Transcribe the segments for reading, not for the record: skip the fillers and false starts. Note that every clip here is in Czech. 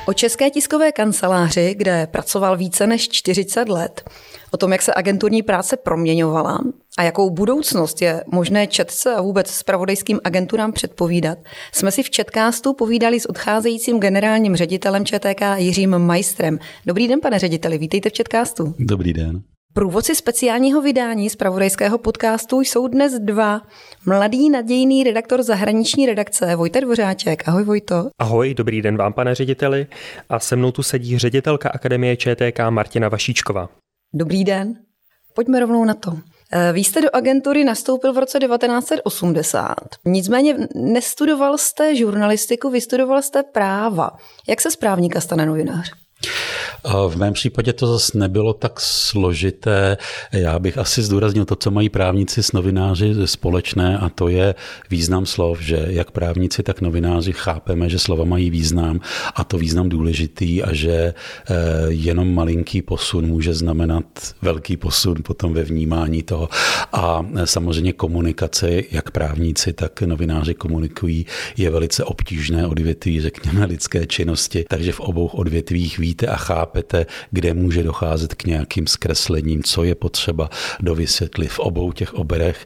O České tiskové kanceláři, kde pracoval více než 40 let, o tom, jak se agenturní práce proměňovala a jakou budoucnost je možné četce a vůbec zpravodajským agenturám předpovídat, jsme si v Četcastu povídali s odcházejícím generálním ředitelem ČTK Jiřím Majstrem. Dobrý den, pane řediteli, vítejte v Četcastu. Dobrý den. Průvodci speciálního vydání zpravodajského podcastu jsou dnes dva. Mladý nadějný redaktor zahraniční redakce Vojta Dvořáček. Ahoj Vojto. Ahoj, dobrý den vám, pane řediteli. A se mnou tu sedí ředitelka Akademie ČTK Martina Vašíčková. Dobrý den. Pojďme rovnou na to. Vy jste do agentury nastoupil v roce 1980. Nicméně nestudoval jste žurnalistiku, vystudoval jste práva. Jak se z právníka stane novinář? V mém případě to zase nebylo tak složité. Já bych asi zdůraznil to, co mají právníci s novináři společné, a to je význam slov, že jak právníci, tak novináři chápeme, že slova mají význam a to význam důležitý a že jenom malinký posun může znamenat velký posun potom ve vnímání toho. A samozřejmě komunikace, jak právníci, tak novináři komunikují, je velice obtížné odvětví, řekněme, lidské činnosti, takže v obou odvětvích víte a chápete, kde může docházet k nějakým zkreslením, co je potřeba dovysvětlit. V obou těch oborech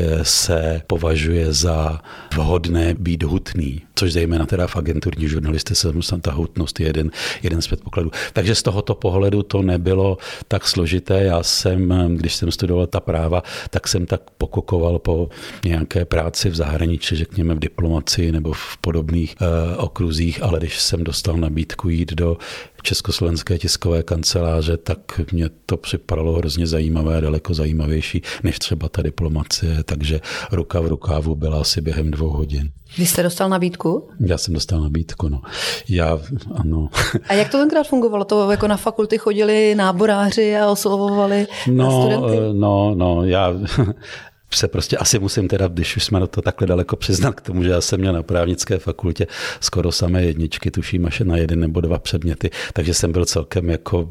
se považuje za vhodné být hutný, což zejména teda v agenturní žurnalistice ta hutnost je jeden z předpokladů. Takže z tohoto pohledu to nebylo tak složité. Já jsem, když jsem studoval ta práva, tak jsem tak pokokoval po nějaké práci v zahraničí, řekněme v diplomacii nebo v podobných okruzích, ale když jsem dostal nabídku jít do Československé tiskové kanceláře, tak mě to připadalo hrozně zajímavé, daleko zajímavější než třeba ta diplomacie, takže ruka v rukávu byla asi během 2 hodin. Vy jste dostal nabídku? Já jsem dostal nabídku, no. Ano. A jak to tenkrát fungovalo? To jako na fakulty chodili náboráři a oslovovali studenty? Já se prostě asi musím teda, když už jsme to takhle daleko, přiznat k tomu, že já jsem měl na právnické fakultě skoro samé jedničky, tuším až na 1 nebo 2 předměty, takže jsem byl celkem jako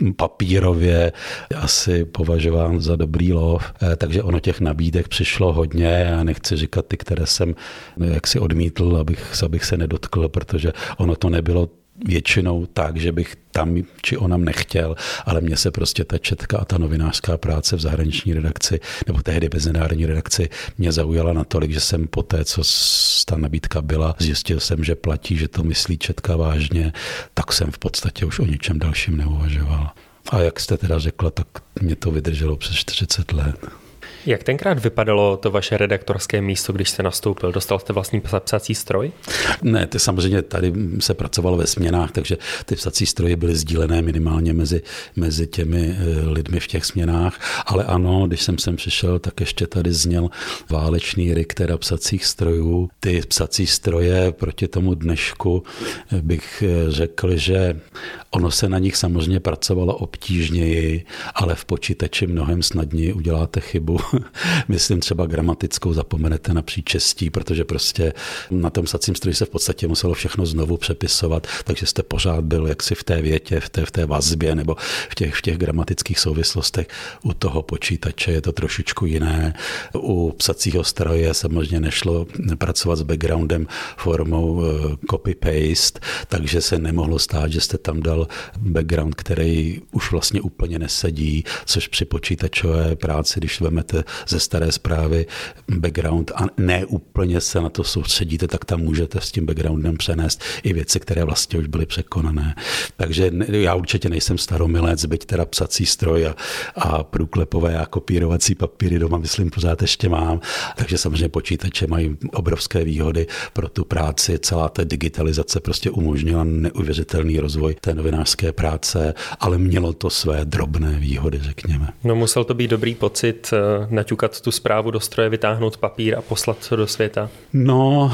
papírově asi považován za dobrý lov, takže ono těch nabídek přišlo hodně a nechci říkat ty, které jsem jaksi odmítl, abych se nedotkl, protože ono to nebylo většinou tak, že bych tam či onam nechtěl, ale mně se prostě ta četka a ta novinářská práce v zahraniční redakci nebo tehdy mezinárodní redakci mě zaujala natolik, že jsem poté, co ta nabídka byla, zjistil jsem, že platí, že to myslí četka vážně, tak jsem v podstatě už o ničem dalším neuvažoval. A jak jste teda řekla, tak mě to vydrželo přes 40 let. Jak tenkrát vypadalo to vaše redaktorské místo, když jste nastoupil? Dostal jste vlastní psací stroj? Ne, ty samozřejmě tady se pracovalo ve směnách, takže ty psací stroje byly sdílené minimálně mezi těmi lidmi v těch směnách, ale ano, když jsem sem přišel, tak ještě tady zněl válečný ryk teda psacích strojů. Ty psací stroje proti tomu dnešku bych řekl, že ono se na nich samozřejmě pracovalo obtížněji, ale v počítači mnohem snadněji uděláte chybu. Myslím třeba gramatickou, zapomenete na příčestí, protože prostě na tom psacím stroji se v podstatě muselo všechno znovu přepisovat, takže jste pořád byl jaksi v té větě, v té vazbě nebo v těch gramatických souvislostech. U toho počítače je to trošičku jiné. U psacího stroje samozřejmě nešlo pracovat s backgroundem formou copy-paste, takže se nemohlo stát, že jste tam dal background, který už vlastně úplně nesedí, což při počítačové práci, když vezmete ze staré zprávy background a ne úplně se na to soustředíte, tak tam můžete s tím backgroundem přenést i věci, které vlastně už byly překonané. Takže já určitě nejsem staromilec, byť teda psací stroj a průklepové a kopírovací papíry doma, myslím, pořád ještě mám. Takže samozřejmě počítače mají obrovské výhody pro tu práci. Celá ta digitalizace prostě umožnila neuvěřitelný rozvoj té novinářské práce, ale mělo to své drobné výhody, řekněme. No, musel to být dobrý pocit naťukat tu zprávu do stroje, vytáhnout papír a poslat to do světa? No,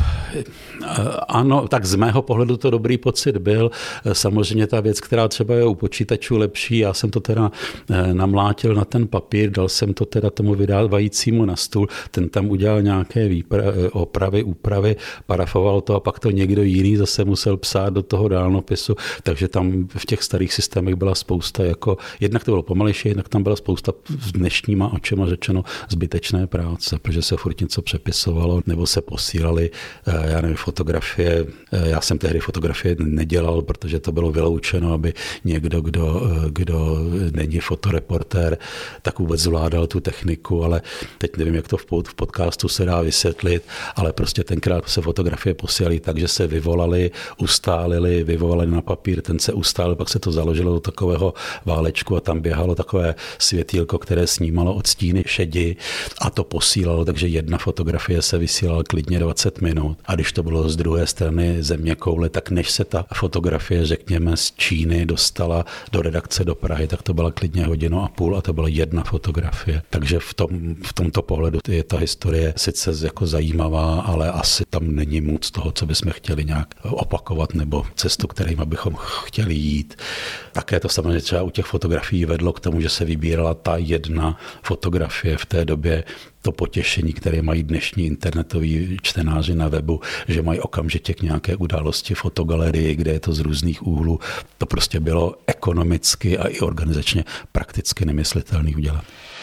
ano, tak z mého pohledu to dobrý pocit byl. Samozřejmě ta věc, která třeba je u počítačů lepší, já jsem to teda namlátil na ten papír, dal jsem to teda tomu vydávajícímu na stůl, ten tam udělal nějaké opravy, úpravy, parafoval to a pak to někdo jiný zase musel psát do toho dálnopisu, takže tam v těch starých systémech byla spousta, jako jednak to bylo pomalejší, jednak tam byla spousta s dnešníma očima slovama řečeno zbytečné práce, protože se furt něco přepisovalo nebo se posílali, já nevím, fotografie. Já jsem tehdy fotografie nedělal, protože to bylo vyloučeno, aby někdo, kdo není fotoreportér, tak vůbec zvládal tu techniku, ale teď nevím, jak to v podcastu se dá vysvětlit, ale prostě tenkrát se fotografie posílaly tak, že se vyvolali, ustálili, vyvolali na papír, ten se ustálil, pak se to založilo do takového válečku a tam běhalo takové světýlko, které snímalo od stíny šedi a to posílalo, takže jedna fotografie se vysílala klidně 20 minut. A když to bylo z druhé strany zeměkoule, tak než se ta fotografie, řekněme, z Číny dostala do redakce do Prahy, tak to byla klidně 1,5 hodiny a to byla jedna fotografie. Takže v tomto pohledu je ta historie sice jako zajímavá, ale asi tam není moc toho, co bychom chtěli nějak opakovat nebo cestu, kterým bychom chtěli jít. Také to samozřejmě třeba u těch fotografií vedlo k tomu, že se vybírala ta jedna fotografie v té době, to potěšení, které mají dnešní internetoví čtenáři na webu, že mají okamžitě k nějaké události fotogalerii, kde je to z různých úhlů. To prostě bylo ekonomicky a i organizačně prakticky nemyslitelný udělat.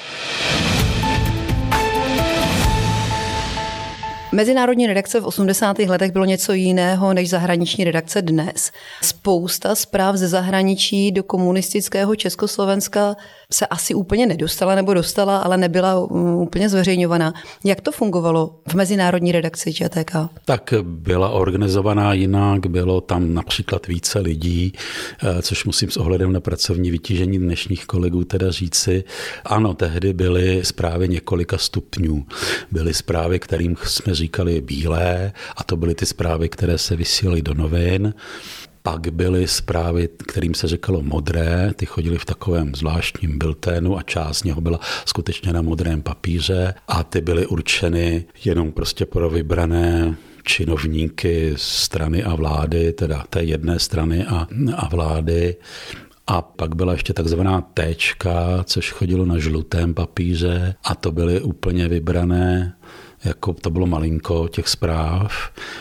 Mezinárodní redakce v 80. letech bylo něco jiného než zahraniční redakce dnes. Spousta zpráv ze zahraničí do komunistického Československa se asi úplně nedostala nebo dostala, ale nebyla úplně zveřejňovaná. Jak to fungovalo v mezinárodní redakci ČTK? Tak byla organizovaná jinak, bylo tam například více lidí, což musím s ohledem na pracovní vytížení dnešních kolegů teda říci. Ano, tehdy byly zprávy několika stupňů. Byly zprávy, kterým jsme říkali bílé, a to byly ty zprávy, které se vysílaly do novin. Pak byly zprávy, kterým se říkalo modré, ty chodily v takovém zvláštním bilténu a část z něho byla skutečně na modrém papíře a ty byly určeny jenom prostě pro vybrané činovníky strany a vlády, teda té jedné strany a vlády. A pak byla ještě takzvaná téčka, což chodilo na žlutém papíře a to byly úplně vybrané, jako to bylo malinko těch zpráv.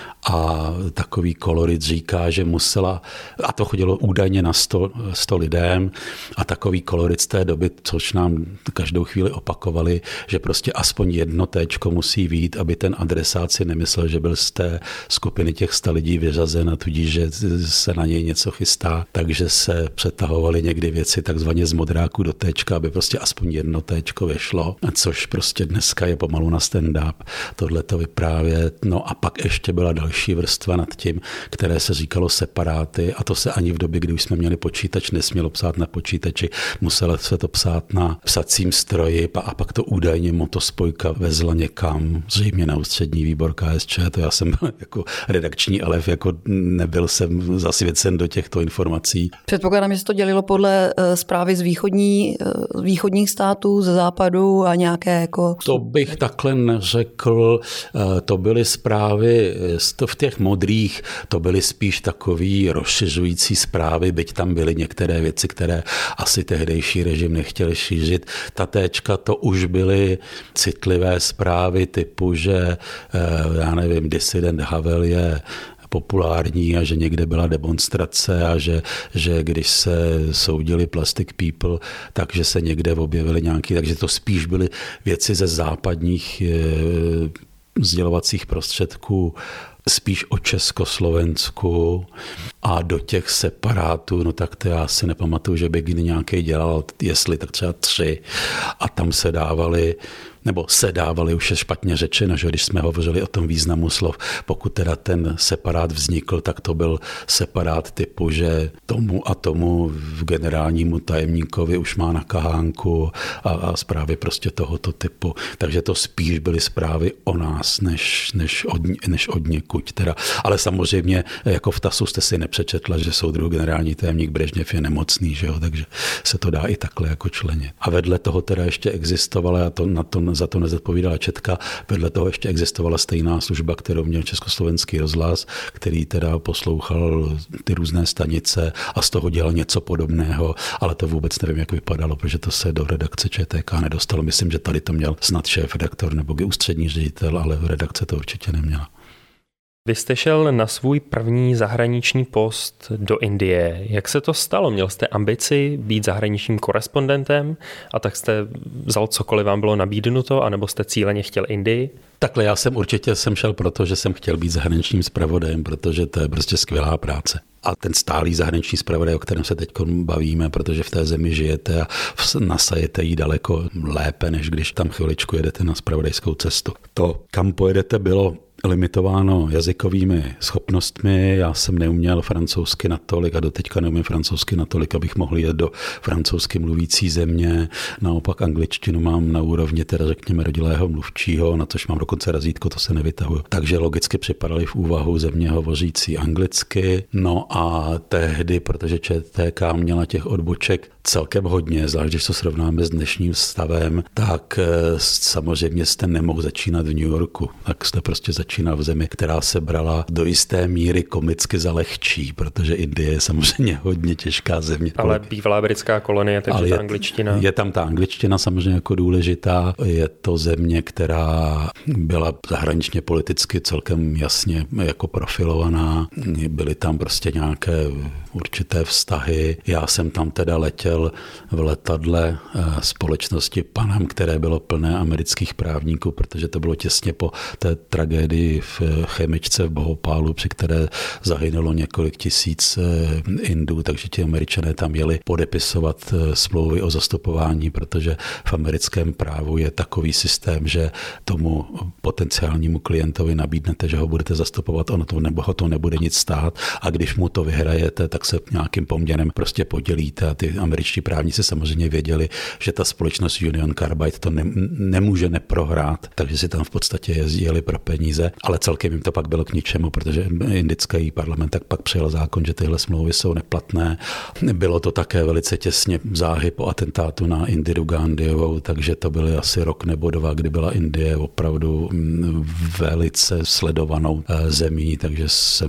A takový kolorit říká, že musela, a to chodilo údajně na 100 lidem, a takový kolorit z té doby, což nám každou chvíli opakovali, že prostě aspoň jedno téčko musí vyjít, aby ten adresát si nemyslel, že byl z té skupiny těch 100 lidí vyřazen a tudíž, že se na něj něco chystá. Takže se přetahovaly někdy věci takzvaně z modráku do téčka, aby prostě aspoň jedno téčko vešlo, což prostě dneska je pomalu na stand-up. Tohle to vyprávět. No a pak ještě byla další vrstva nad tím, které se říkalo separáty, a to se ani v době, kdy už jsme měli počítač, nesmělo psát na počítači, muselo se to psát na psacím stroji a pak to údajně motospojka vezla někam, zřejmě na ústřední výbor KSČ, to já jsem byl jako redakční elef, jako nebyl jsem zasvěcen do těchto informací. Předpokládám, že se to dělilo podle zprávy z východních států, ze západu a nějaké jako... To bych takhle neřekl, to byly zprávy v těch modrých, to byly spíš takový rozšiřující zprávy, byť tam byly některé věci, které asi tehdejší režim nechtěl šířit. Ta téčka, to už byly citlivé zprávy typu, že já nevím, disident Havel je populární a že někde byla demonstrace a že když se soudili Plastic People, takže se někde objevily nějaký, takže to spíš byly věci ze západních sdělovacích prostředků, spíš o Československu a do těch separátů, no tak to já si nepamatuju, že by kdy nějaký dělal, jestli tak třeba 3 a tam se dávali, už je špatně řečeno, že když jsme hovořili o tom významu slov, pokud teda ten separát vznikl, tak to byl separát typu, že tomu a tomu v generálnímu tajemníkovi už má na kahánku a zprávy prostě tohoto typu. Takže to spíš byly zprávy o nás, než od někud. Teda. Ale samozřejmě jako v TASu jste si nepřečetla, že soudruh generální tajemník Brežněv je nemocný, že jo? Takže se to dá i takhle jako členit. A vedle toho teda ještě existovala, za to nezodpovídala Četka, vedle toho ještě existovala stejná služba, kterou měl Československý rozhlas, který teda poslouchal ty různé stanice a z toho dělal něco podobného, ale to vůbec nevím, jak vypadalo, protože to se do redakce ČTK nedostalo. Myslím, že tady to měl snad šéf redaktor nebo ústřední ředitel, ale v redakce to určitě neměla. Vy jste šel na svůj první zahraniční post do Indie. Jak se to stalo? Měl jste ambici být zahraničním korespondentem a tak jste vzal cokoliv vám bylo nabídnuto, anebo jste cíleně chtěl Indii? Takhle já jsem určitě šel proto, že jsem chtěl být zahraničním zpravodajem, protože to je prostě skvělá práce. A ten stálý zahraniční zpravodaj, o kterém se teď bavíme, protože v té zemi žijete a nasajete jí daleko lépe, než když tam chviličku jedete na zpravodajskou cestu. To, kam pojedete, bylo limitováno jazykovými schopnostmi. Já jsem neuměl francouzsky natolik a doteďka neumím francouzsky natolik, abych mohl jet do francouzsky mluvící země. Naopak angličtinu mám na úrovni teda řekněme rodilého mluvčího, na což mám dokonce razítko, to se nevytahuju. Takže logicky připadaly v úvahu země hovořící anglicky. No a tehdy, protože ČTK měla těch odboček celkem hodně, zvlášť když to srovnáme s dnešním stavem, tak samozřejmě jste nemohl začínat v New Yorku. Tak jste prostě začínal v zemi, která se brala do jisté míry komicky za lehčí, protože Indie je samozřejmě hodně těžká země. Ale bývalá britská kolonie, takže ta angličtina. Je tam ta angličtina samozřejmě jako důležitá. Je to země, která byla zahraničně politicky celkem jasně jako profilovaná. Byly tam prostě nějaké určité vztahy. Já jsem tam teda letěl v letadle společnosti Panam, které bylo plné amerických právníků, protože to bylo těsně po té tragédii v chemičce v Bhopálu, při které zahynulo několik tisíc Indů, takže ti Američané tam jeli podepisovat smlouvy o zastupování, protože v americkém právu je takový systém, že tomu potenciálnímu klientovi nabídnete, že ho budete zastupovat, ho to nebude nic stát a když mu to vyhrajete, tak se nějakým poměrem prostě podělíte a ty američtí právníci samozřejmě věděli, že ta společnost Union Carbide to nemůže neprohrát, takže si tam v podstatě jezdili pro peníze, ale celkem jim to pak bylo k ničemu, protože indický parlament tak pak přijal zákon, že tyhle smlouvy jsou neplatné. Bylo to také velice těsně záhy po atentátu na Indiru Gandhiovou, takže to byly asi rok nebo dva, kdy byla Indie opravdu velice sledovanou zemí, takže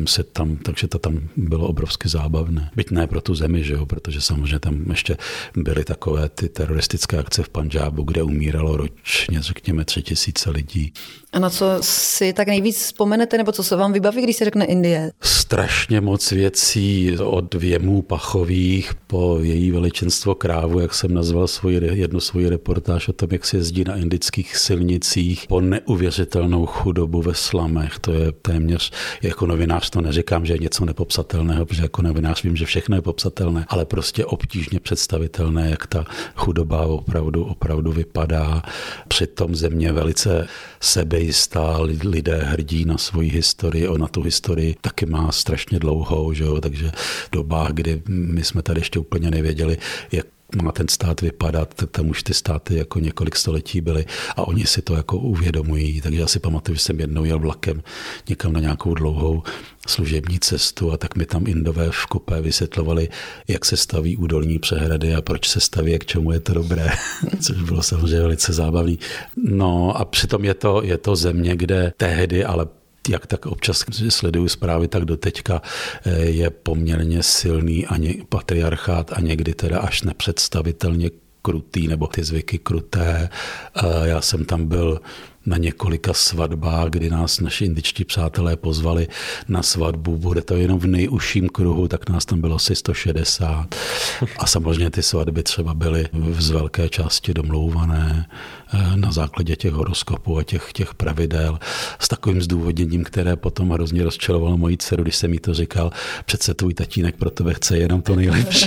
to tam bylo obrovsky zábavné. Byť ne pro tu zemi, že jo, protože samozřejmě tam ještě byly takové ty teroristické akce v Pandžábu, kde umíralo ročně, řekněme, 3000 lidí. A na co si tak nejvíc vzpomenete, nebo co se vám vybaví, když se řekne Indie? Strašně moc věcí, od věmů pachových po její veličenstvo krávu, jak jsem nazval jednu svoji reportáž o tom, jak se jezdí na indických silnicích, po neuvěřitelnou chudobu ve slamech. To je téměř, jako novinář to neříkám, že je něco nepopsatelného, protože jako novinář vím, že všechno je popsatelné, ale prostě obtížně představitelné, jak ta chudoba opravdu vypadá. Přitom země velice sebejistá, lidé hrdí na svoji historii, ona tu historii taky má strašně dlouhou, že jo? Takže v dobách, kdy my jsme tady ještě úplně nevěděli, jak má ten stát vypadat, tak tam už ty státy jako několik století byly a oni si to jako uvědomují. Takže já si pamatuju, že jsem jednou jel vlakem někam na nějakou dlouhou služební cestu a tak mi tam Indové v kupé vysvětlovali, jak se staví údolní přehrady a proč se staví a k čemu je to dobré, což bylo samozřejmě velice zábavný. No a přitom je to země, kde tehdy, ale jak tak občas sleduju zprávy, tak doteďka je poměrně silný patriarchát a někdy teda až nepředstavitelně krutý, nebo ty zvyky kruté. Já jsem tam byl na několika svatbách, kdy nás naši indičtí přátelé pozvali na svatbu. Bude to jenom v nejužším kruhu, tak nás tam bylo asi 160. A samozřejmě ty svatby třeba byly z velké části domlouvané na základě těch horoskopů a těch pravidel s takovým zdůvodněním, které potom hrozně rozčilovalo moji dceru, když jsem jí to říkal, přece tvůj tatínek pro tebe chce jenom to nejlepší.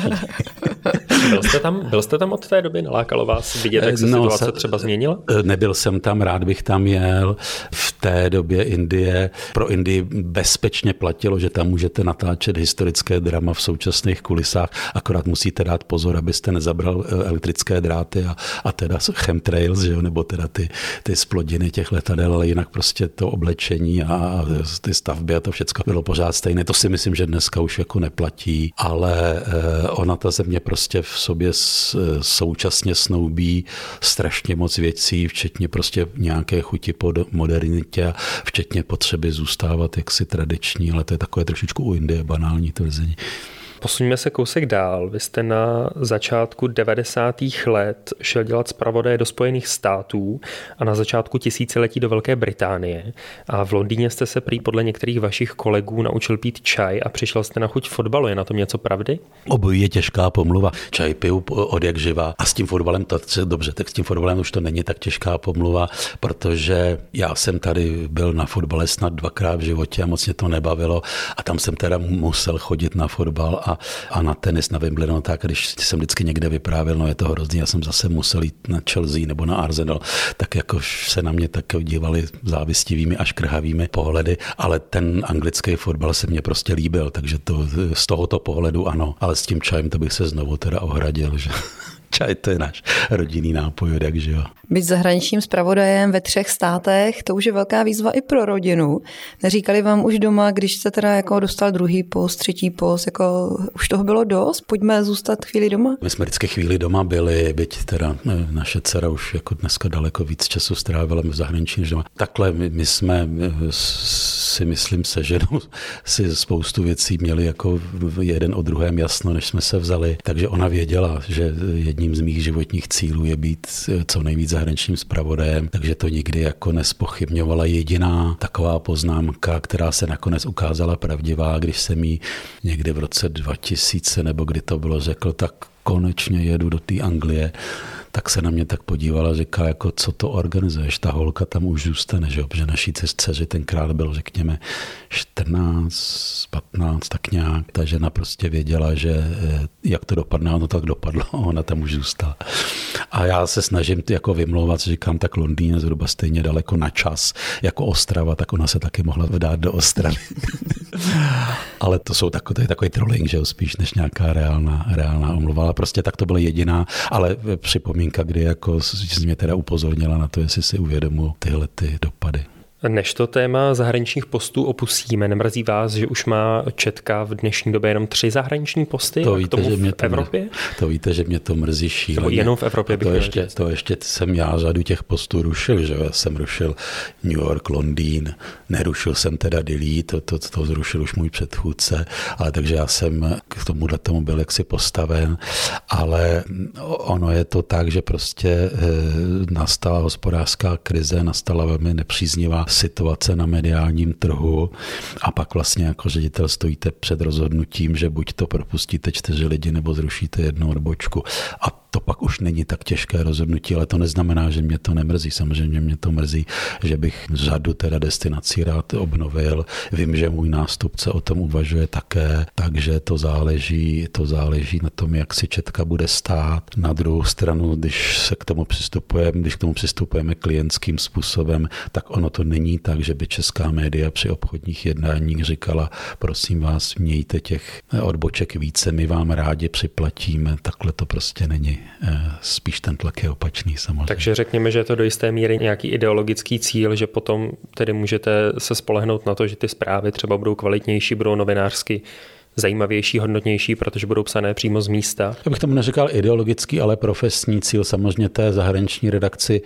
Byl jste tam od té doby? Nalákalo vás vidět, jak se situace třeba změnila? Nebyl jsem tam, rád bych tam jel. V té době pro Indii bezpečně platilo, že tam můžete natáčet historické drama v současných kulisách, akorát musíte dát pozor, abyste nezabral elektrické dráty a teda chemtrails, že jo, nebo teda ty splodiny těch letadel, ale jinak prostě to oblečení a ty stavby a to všechno bylo pořád stejné. To si myslím, že dneska už jako neplatí, ale ona ta země prostě v sobě současně snoubí strašně moc věcí, včetně prostě nějaké chuti po modernitě, včetně potřeby zůstávat jaksi tradiční, ale to je takové trošičku u Indie banální tvrzení. Posuňme se kousek dál. Vy jste na začátku 90. let šel dělat zpravodaje do Spojených států a na začátku tisíciletí do Velké Británie. A v Londýně jste se prý podle některých vašich kolegů naučil pít čaj a přišel jste na chuť fotbalu. Je na tom něco pravdy? Obojí je těžká pomluva. Čaj piju od jak živa. A s tím fotbalem to dobře, tak s tím fotbalem už to není tak těžká pomluva, protože já jsem tady byl na fotbale snad 2krát v životě a moc mě to nebavilo a tam jsem teda musel chodit na fotbal a na tenis, na Wimbledon, tak když jsem vždycky někde vyprávěl, no je to hrozný, já jsem zase musel jít na Chelsea nebo na Arsenal, tak jako se na mě tak dívali závistivými až krhavými pohledy, ale ten anglický fotbal se mě prostě líbil, takže to z tohoto pohledu ano, ale s tím čajem to bych se znovu teda ohradil, že čaj to je náš rodinný nápoj, takže jo. Být zahraničním zpravodajem ve 3 státech, to už je velká výzva i pro rodinu. Neříkali vám už doma, když jste teda jako dostal druhý post, třetí post, jako už toho bylo dost? Pojďme zůstat chvíli doma? My jsme vždycky chvíli doma byli, byť teda naše dcera už jako dneska daleko víc času strávila v zahraničí než doma. Takhle my jsme si myslím se ženou si spoustu věcí měli jako jeden o druhém jasno, než jsme se vzali, takže ona věděla, že jedním z mých životních cílů je být co nejvíc zahraničním zpravodajem, takže to nikdy jako nespochybňovala. Jediná taková poznámka, která se nakonec ukázala pravdivá, když jsem jí někdy v roce 2000 nebo kdy to bylo řekl, tak konečně jedu do té Anglie, tak se na mě tak podívala, říká, jako co to organizuješ, ta holka tam už zůstane, že jo, protože naší dceři tenkrát bylo, řekněme, 14, 15, tak nějak. Ta žena prostě věděla, že jak to dopadne, ono tak dopadlo, ona tam už zůstala. A já se snažím jako vymlouvat, říkám, tak Londýn je zhruba stejně daleko na čas jako Ostrava, tak ona se taky mohla vdát do Ostravy. Ale to jsou takový trolling, že jo, spíš než nějaká reálná omluva. Ale prostě tak to byla jediná, ale připomínka, kdy jako jsi mě teda upozornila na to, jestli si uvědomuji tyhle ty dopady. Než to téma zahraničních postů opustíme, nemrzí vás, že už má Četka v dnešní době jenom 3 zahraniční posty to a víte, k tomu že mě v Evropě? To víte, že mě to mrzí šíleně. Nebo jenom v Evropě bych to ještě jsem já řadu těch postů rušil, že já jsem rušil New York, Londýn, nerušil jsem teda Dili, to zrušil už můj předchůdce, ale takže já jsem k tomu byl jaksi postaven, ale ono je to tak, že prostě nastala hospodářská krize, nastala velmi nepříznivá situace na mediálním trhu a pak vlastně jako ředitel stojíte před rozhodnutím, že buď to propustíte 4 lidi nebo zrušíte jednu odbočku. A to pak už není tak těžké rozhodnutí, ale to neznamená, že mě to nemrzí. Samozřejmě mě to mrzí, že bych řadu teda destinací rád obnovil. Vím, že můj nástupce o tom uvažuje také, takže to záleží na tom, jak si Četka bude stát. Na druhou stranu, když k tomu přistupujeme klientským způsobem, tak ono to není tak, že by česká média při obchodních jednáních říkala, prosím vás, mějte těch odboček více, my vám rádi připlatíme. Takhle to prostě není. Spíš ten tlak je opačný samozřejmě. Takže řekněme, že je to do jisté míry nějaký ideologický cíl, že potom tedy můžete se spolehnout na to, že ty zprávy třeba budou kvalitnější, budou novinářsky zajímavější, hodnotnější, protože budou psané přímo z místa. Já bych tomu neříkal ideologický, ale profesní cíl. Samozřejmě té zahraniční redakci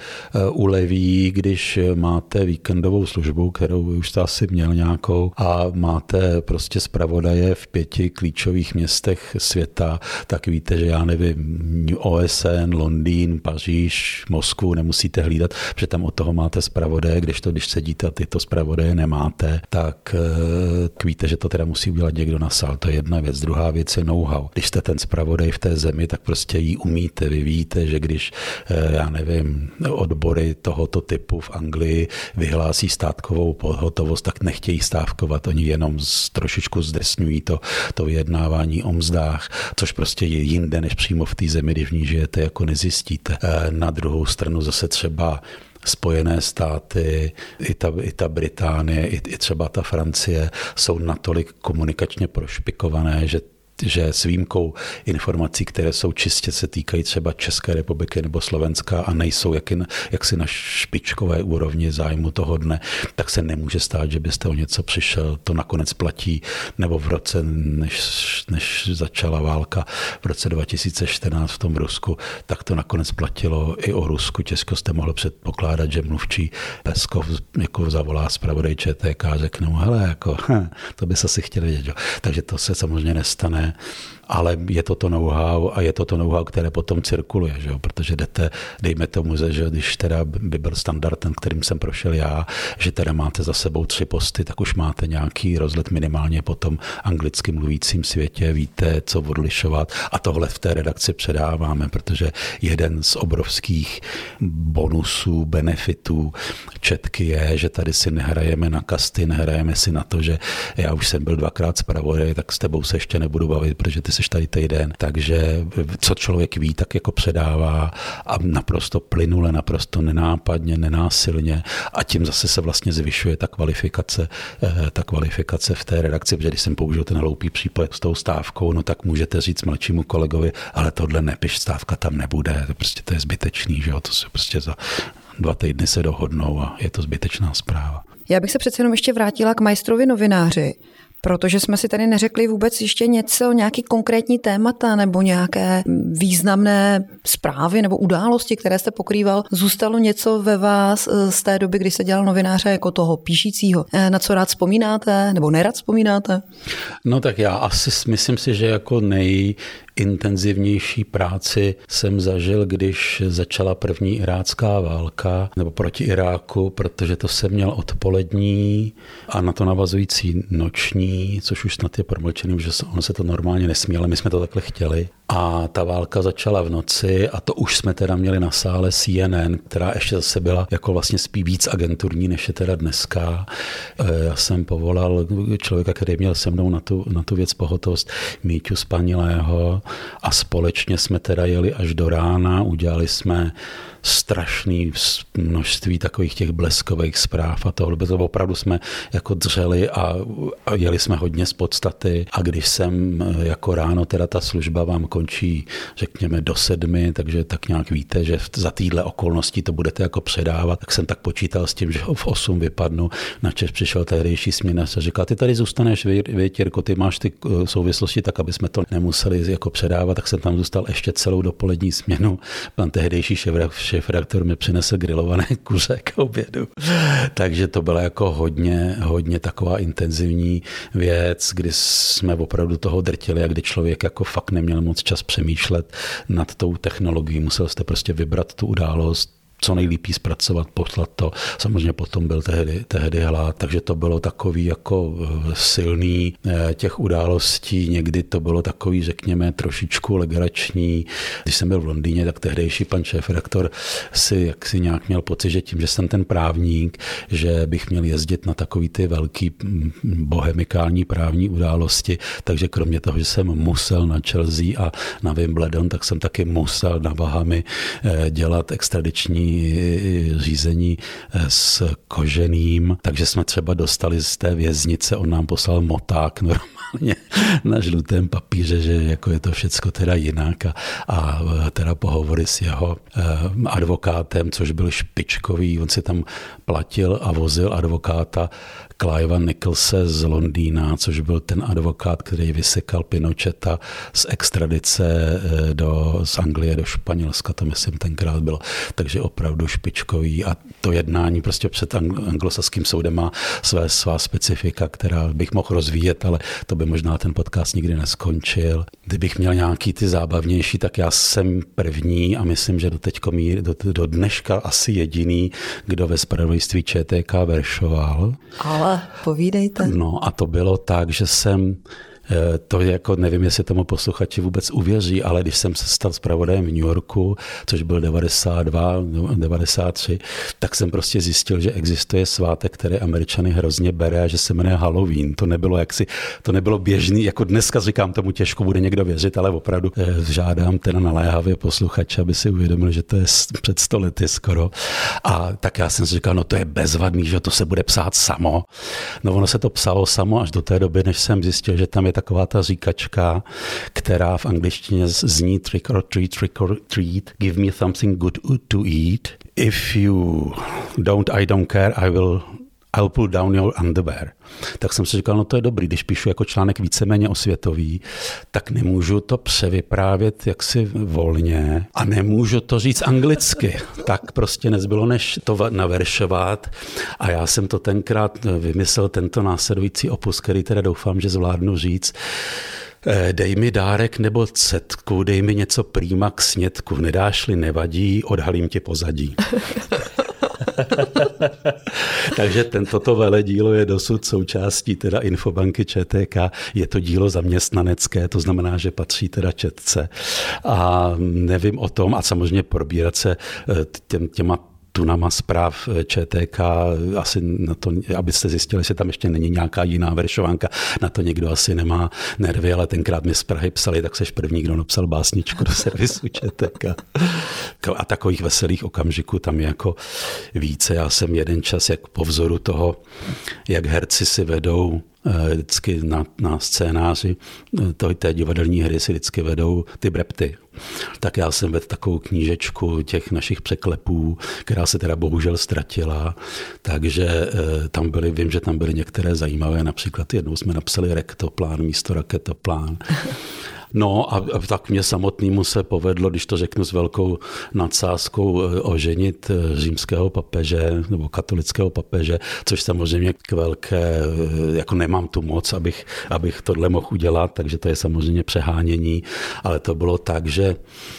uleví, když máte víkendovou službu, kterou už jste asi měl nějakou, a máte prostě zpravodaje v 5 klíčových městech světa, tak víte, že já nevím, OSN, Londýn, Paříž, Moskvu nemusíte hlídat, protože tam od toho máte zpravodaje, když sedíte a tyto zpravodaje nemáte, tak víte, že to teda musí udělat někdo na sál. To je jedna věc. Druhá věc je know-how. Když jste ten zpravodaj v té zemi, tak prostě ji umíte. Vy víte, že když, já nevím, odbory tohoto typu v Anglii vyhlásí stávkovou pohotovost, tak nechtějí stávkovat. Oni jenom trošičku zdrsňují to vyjednávání o mzdách, což prostě je jinde, než přímo v té zemi, když v ní žijete, jako nezjistíte. Na druhou stranu zase třeba Spojené státy, i ta Británie, i třeba ta Francie jsou natolik komunikačně prošpikované, že s výjimkou informací, které jsou čistě se týkají třeba České republiky nebo Slovenska a nejsou jaksi na špičkové úrovni zájmu toho dne, tak se nemůže stát, že byste o něco přišel. To nakonec platí, nebo v roce, než začala válka v roce 2014 v tom Rusku, tak to nakonec platilo i o Rusku. Těžko jste mohl předpokládat, že mluvčí Peskov jako zavolá zpravodaj ČTK a řekne mu, hele, jako, to bys asi chtěl vědět. Takže to se samozřejmě nestane. podobně. Ale je to know-how a je to know-how, které potom cirkuluje, že jo? Protože dejme tomu, že když teda by byl standardem, kterým jsem prošel já, že teda máte za sebou 3 posty, tak už máte nějaký rozhled minimálně po tom anglicky mluvícím světě, víte, co odlišovat a tohle v té redakci předáváme, protože jeden z obrovských bonusů, benefitů Četky je, že tady si nehrajeme na kasty, nehrajeme si na to, že já už jsem byl 2krát zpravodaj, tak s tebou se ještě nebudu bavit, protože ty seš tady týden. Takže co člověk ví, tak jako předává a naprosto plynule, naprosto nenápadně, nenásilně a tím zase se vlastně zvyšuje ta kvalifikace v té redakci, protože když jsem použil ten hloupý případ s tou stávkou, no tak můžete říct mladšímu kolegovi, ale tohle nepiš, stávka tam nebude, to je zbytečný, že jo, to se prostě za 2 týdny se dohodnou a je to zbytečná zpráva. Já bych se přece jenom ještě vrátila k majstrovi novináři, protože jsme si tady neřekli vůbec ještě něco, nějaký konkrétní témata nebo nějaké významné zprávy nebo události, které jste pokrýval. Zůstalo něco ve vás z té doby, kdy jste dělal novináře jako toho píšícího? Na co rád vzpomínáte nebo nerad vzpomínáte? No tak já asi myslím si, že jako intenzivnější práci jsem zažil, když začala první irácká válka, nebo proti Iráku, protože to jsem měl odpolední a na to navazující noční, což už snad je promlčený, že ono se to normálně nesmí, ale my jsme to takhle chtěli. A ta válka začala v noci a to už jsme teda měli na sále CNN, která ještě zase byla jako vlastně spíš víc agenturní, než je teda dneska. Já jsem povolal člověka, který měl se mnou na tu věc pohotovost, Míťu Spanilého, a společně jsme teda jeli až do rána, udělali jsme strašné množství takových těch bleskových zpráv a tohle. To opravdu jsme jako dřeli a jeli jsme hodně z podstaty a když jsem jako ráno, teda ta služba vám končí, řekněme, do 7, takže tak nějak víte, že za téhle okolností to budete jako předávat, tak jsem tak počítal s tím, že v 8 vypadnu, načež přišel tehdejší směnař a říkal, ty tady zůstaneš, Jirko, ty máš ty souvislosti tak, aby jsme to nemuseli jako předávat, tak jsem tam zůstal ještě celou dopolední směnu. Pan tehdejší šéfredaktor mi přinesl grilované kuře k obědu. Takže to byla jako hodně taková intenzivní věc, kdy jsme opravdu toho drtili a kdy člověk jako fakt neměl moc čas přemýšlet nad tou technologií. Musel jste prostě vybrat tu událost, co nejlíp zpracovat, poslat to. Samozřejmě potom byl tehdy hlad, takže to bylo takový jako silný těch událostí. Někdy to bylo takový, řekněme, trošičku legrační. Když jsem byl v Londýně, tak tehdejší pan šéfredaktor si nějak měl pocit, že tím, že jsem ten právník, že bych měl jezdit na takový ty velký bohemikální právní události, takže kromě toho, že jsem musel na Chelsea a na Wimbledon, tak jsem taky musel na Bahamy dělat extradiční řízení s Koženým, takže jsme třeba dostali z té věznice, on nám poslal moták normálně na žlutém papíře, že jako je to všecko teda jinak a teda pohovory s jeho advokátem, což byl špičkový, on si tam platil a vozil advokáta Clive'a Nicholse z Londýna, což byl ten advokát, který vysekal Pinocheta z extradice z Anglie do Španělska, to myslím tenkrát bylo, takže opravdu špičkový a to jednání prostě před anglosaským soudem má svá specifika, která bych mohl rozvíjet, ale to by možná ten podcast nikdy neskončil. Kdybych měl nějaký ty zábavnější, tak já jsem první a myslím, že do dneška asi jediný, kdo ve zpravodajství ČTK veršoval. Ale povídejte. No a to bylo tak, že jsem to jako nevím, jestli tomu posluchači vůbec uvěří, ale když jsem se stal zpravodajem v New Yorku, což byl 92, 93, tak jsem prostě zjistil, že existuje svátek, který Američany hrozně bere a že se jmenuje Halloween. To nebylo běžný, jako dneska říkám, tomu těžko bude někdo věřit, ale opravdu žádám ten naléhavě posluchače, aby si uvědomil, že to je před 100 lety skoro. A tak já jsem si říkal, no to je bezvadný, že to se bude psát samo. No ono se to psalo samo až do té doby, než jsem zjistil, že tam je taková ta říkačka, která v angličtině zní trick or treat, give me something good to eat. If you I don't care, I'll pull down your underwear. Tak jsem si říkal, no to je dobrý, když píšu jako článek víceméně osvětový, tak nemůžu to převyprávět jaksi volně a nemůžu to říct anglicky. Tak prostě nezbylo, než to naveršovat a já jsem to tenkrát vymyslel, tento následující opus, který teda doufám, že zvládnu říct. Dej mi dárek nebo cetku, dej mi něco prýma k snědku, nedáš-li nevadí, odhalím ti pozadí. Takže toto veledílo je dosud součástí teda infobanky ČTK. Je to dílo zaměstnanecké, to znamená, že patří teda četce. A nevím o tom a samozřejmě probírat se těma tunama zpráv ČTK, asi na to, abyste zjistili, jestli tam ještě není nějaká jiná veršovánka, na to někdo asi nemá nervy, ale tenkrát mi z Prahy psali, tak seš první, kdo napsal básničku do servisu ČTK. A takových veselých okamžiků tam je jako více. Já jsem jeden čas, jak po vzoru toho, jak herci si vedou vždycky na scénáři té divadelní hry si vždycky vedou ty brepty. Tak já jsem vedl takovou knížečku těch našich překlepů, která se teda bohužel ztratila, takže vím, že tam byly některé zajímavé, například jednou jsme napsali rektoplán místo raketoplán. No a tak mě samotnému se povedlo, když to řeknu s velkou nadsázkou, oženit římského papeže nebo katolického papeže, což samozřejmě k velké, jako nemám tu moc, abych tohle mohl udělat, takže to je samozřejmě přehánění, ale to bylo tak, že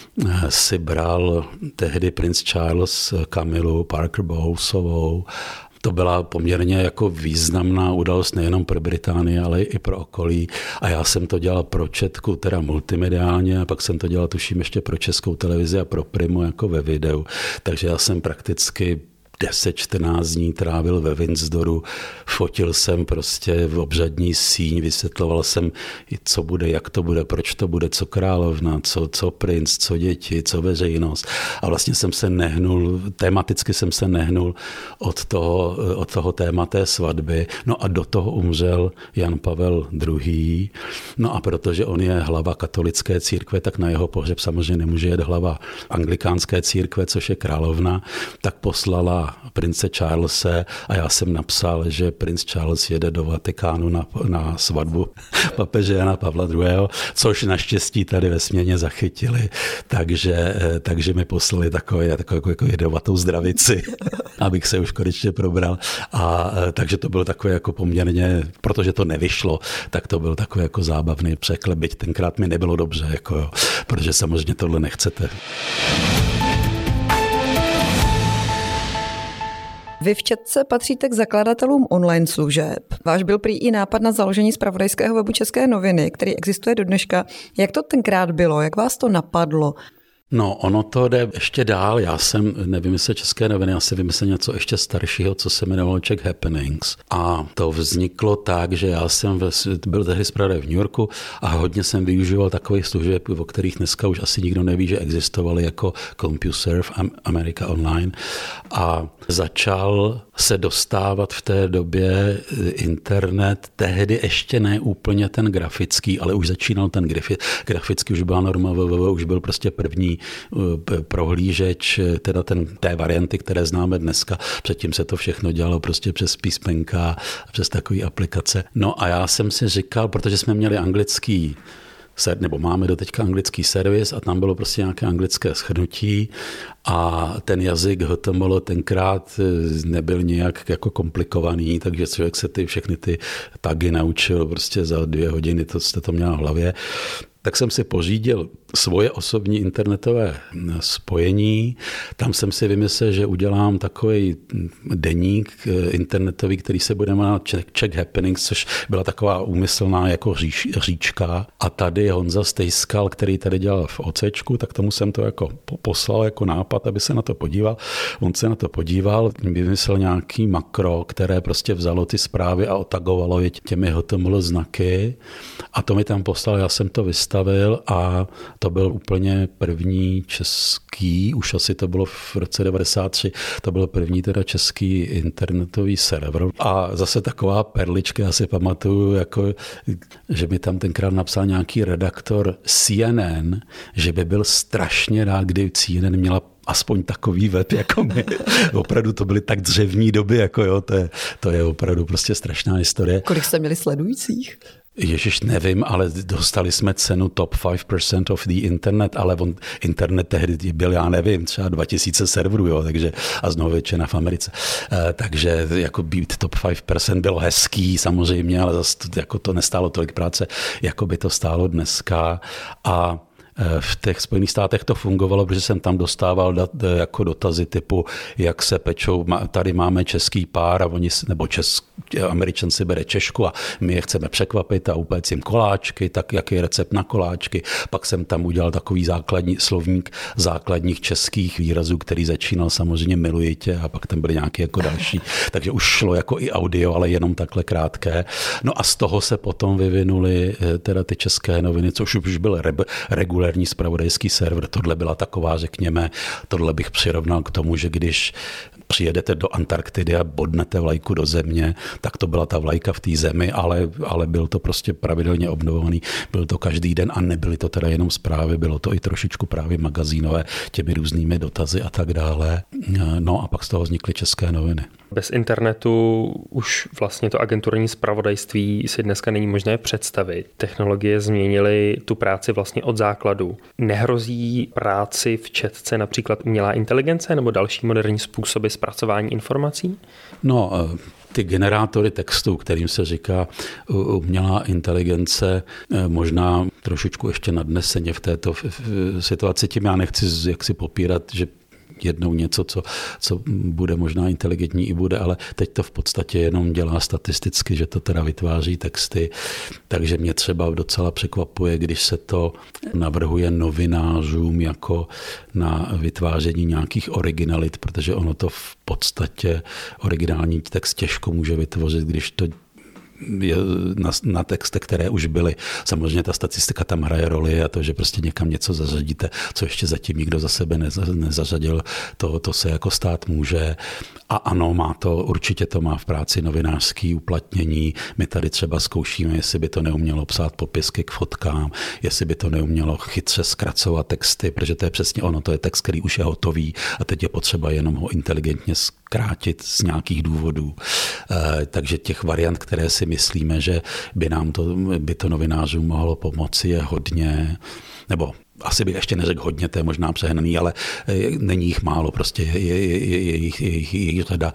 si bral tehdy princ Charles Kamilu Parker Bowlesovou. To byla poměrně jako významná událost nejenom pro Británii, ale i pro okolí. A já jsem to dělal pro Četku, teda multimediálně, a pak jsem to dělal tuším ještě pro Českou televizi a pro Primu jako ve videu. Takže já jsem prakticky 10-14 dní trávil ve Windsoru, fotil jsem prostě v obřadní síň, vysvětloval jsem, co bude, jak to bude, proč to bude, co královna, co princ, co děti, co veřejnost. A vlastně jsem se nehnul, tematicky jsem se nehnul od toho tématé svatby. No a do toho umřel Jan Pavel II. No a protože on je hlava katolické církve, tak na jeho pohřeb samozřejmě nemůže jet hlava anglikánské církve, což je královna, tak poslala prince Charlese a já jsem napsal, že princ Charles jede do Vatikánu na svatbu papeže Jana Pavla II., což naštěstí tady ve směně zachytili, takže mi poslali takovou jako jedovatou zdravici, abych se už konečně probral. A takže to bylo takové jako poměrně, protože to nevyšlo, tak to byl takový jako zábavný překlep, byť tenkrát mi nebylo dobře, jako, protože samozřejmě tohle nechcete. Vy v Četce patříte k zakladatelům online služeb. Váš byl prý i nápad na založení zpravodajského webu České noviny, který existuje do dneška. Jak to tenkrát bylo? Jak vás to napadlo? No, ono to jde ještě dál. Já jsem nevymyslel České noviny, já jsem vymyslel něco ještě staršího, co se jmenovalo Czech Happenings. A to vzniklo tak, že já jsem byl tehdy zpravodaj v New Yorku a hodně jsem využíval takových služeb, o kterých dneska už asi nikdo neví, že existovaly, jako CompuServe, America Online. A začal se dostávat v té době internet, tehdy ještě ne úplně ten grafický, ale už začínal ten grafický, už byla norma www, už byl prostě první prohlížeč, teda té varianty, které známe dneska. Předtím se to všechno dělalo prostě přes písmenka, přes takové aplikace. No a já jsem si říkal, protože jsme měli nebo máme doteďka anglický servis a tam bylo prostě nějaké anglické shrnutí a ten jazyk HTML tenkrát nebyl nějak jako komplikovaný, takže člověk se všechny ty tagy naučil prostě za 2 hodiny, to jste to měl v hlavě. Tak jsem si pořídil svoje osobní internetové spojení. Tam jsem si vymyslel, že udělám takový deník internetový, který se bude jmenovat Czech Happenings, což byla taková úmyslná jako říčka. A tady Honza Stejskal, který tady dělal v OCčku, tak tomu jsem to jako poslal jako nápad, aby se na to podíval. On se na to podíval, vymyslel nějaký makro, které prostě vzalo ty zprávy a otagovalo je těmi HTML znaky. A to mi tam poslal, já jsem to vystavil a to byl úplně první český, už asi to bylo v roce 93, to byl první teda český internetový server. A zase taková perlička, já si pamatuju, jako, že mi tam tenkrát napsal nějaký redaktor CNN, že by byl strašně rád, kdy CNN měla aspoň takový web jako my. Opravdu to byly tak dřevní doby, jako jo, to je opravdu prostě strašná historie. Kolik jste měli sledujících? Ježiš, nevím, ale dostali jsme cenu Top 5% of the Internet, ale internet tehdy byl, já nevím, třeba 2000 serverů, jo, takže a znovu většina v Americe. Takže jako být Top 5% bylo hezký samozřejmě, ale zase jako to nestálo tolik práce, jako by to stálo dneska. A v těch Spojených státech to fungovalo, protože jsem tam dostával jako dotazy typu, jak se pečou, tady máme český pár a oni, nebo Američan si bere Češku a my je chceme překvapit a upéct jim koláčky, tak jaký je recept na koláčky. Pak jsem tam udělal takový základní slovník základních českých výrazů, který začínal samozřejmě miluji tě a pak tam byly nějaké jako další. Takže už šlo jako i audio, ale jenom takhle krátké. No a z toho se potom vyvinuly teda ty české noviny, což už byl regulární zpravodajský server. Tohle byla taková, řekněme, tohle bych přirovnal k tomu, že když přijedete do Antarktidy a bodnete vlajku do země, tak to byla ta vlajka v té zemi, ale byl to prostě pravidelně obnovovaný, byl to každý den a nebyly to teda jenom zprávy, bylo to i trošičku právě magazínové, těmi různými dotazy a tak dále. No a pak z toho vznikly české noviny. Bez internetu už vlastně to agenturní zpravodajství si dneska není možné představit. Technologie změnily tu práci vlastně od základu. Nehrozí práci v četce například umělá inteligence nebo další moderní způsoby zpracování informací? No, ty generátory textu, kterým se říká umělá inteligence, možná trošičku ještě nadneseně v této situaci, tím já nechci jaksi popírat, že jednou něco, co bude možná inteligentní i bude, ale teď to v podstatě jenom dělá statisticky, že to teda vytváří texty, takže mě třeba docela překvapuje, když se to navrhuje novinářům jako na vytváření nějakých originalit, protože ono to v podstatě originální text těžko může vytvořit, když to na texty, které už byly. Samozřejmě ta statistika tam hraje roli a to, že prostě někam něco zařadíte, co ještě zatím nikdo za sebe nezařadil, to se jako stát může. A ano, určitě to má v práci novinářský uplatnění. My tady třeba zkoušíme, jestli by to neumělo psát popisky k fotkám, jestli by to neumělo chytře zkracovat texty, protože to je přesně ono, to je text, který už je hotový a teď je potřeba jenom ho inteligentně zkrátit z nějakých důvodů. Takže těch variant, které si myslíme, že by to novinářům mohlo pomoci, je hodně, nebo asi bych ještě neřekl hodně, to je možná přehnaný, ale není jich málo, prostě je jich řada,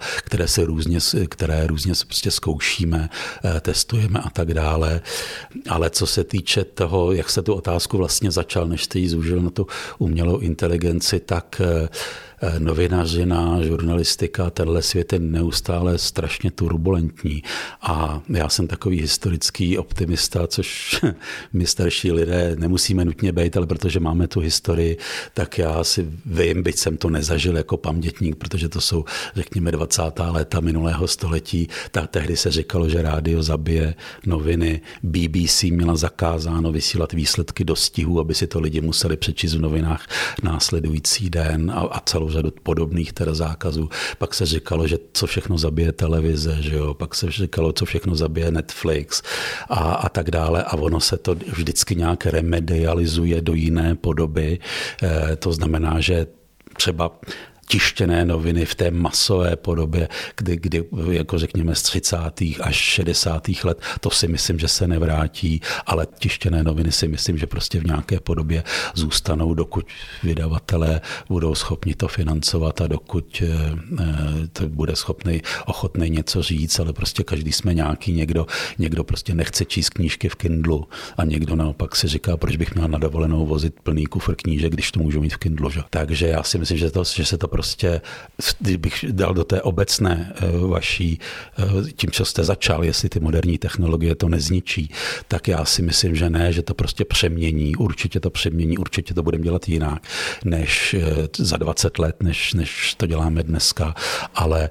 které různě prostě zkoušíme, testujeme a tak dále. Ale co se týče toho, jak se tu otázku vlastně začal, než jste ji zúžil na tu umělou inteligenci, tak novinařina, žurnalistika, tenhle svět je neustále strašně turbulentní. A já jsem takový historický optimista, což my starší lidé nemusíme nutně být, ale protože máme tu historii, tak já si vím, byť jsem to nezažil jako pamětník, protože to jsou, řekněme, 20. léta minulého století, tak tehdy se říkalo, že rádio zabije noviny. BBC měla zakázáno vysílat výsledky dostihu, aby si to lidi museli přečíst v novinách následující den a celou řadu podobných teda zákazů. Pak se říkalo, že co všechno zabije televize, že jo? Pak se říkalo, co všechno zabije Netflix a tak dále. A ono se to vždycky nějak remedializuje do jiné podoby. To znamená, že třeba tištěné noviny v té masové podobě, kdy jako řekněme z 30. až 60. let, to si myslím, že se nevrátí, ale tištěné noviny si myslím, že prostě v nějaké podobě zůstanou, dokud vydavatelé budou schopni to financovat a dokud to bude ochotný něco říct, ale prostě každý jsme nějaký, někdo prostě nechce číst knížky v Kindlu a někdo naopak si říká, proč bych měl na dovolenou vozit plný kufr knížek, když to můžu mít v Kindlu. Že? Takže já si myslím, že se to prostě, kdybych dal do té obecné vaší, tím, co jste začal, jestli ty moderní technologie to nezničí, tak já si myslím, že ne, že to prostě přemění, určitě to budeme dělat jinak, než za 20 let, než to děláme dneska, ale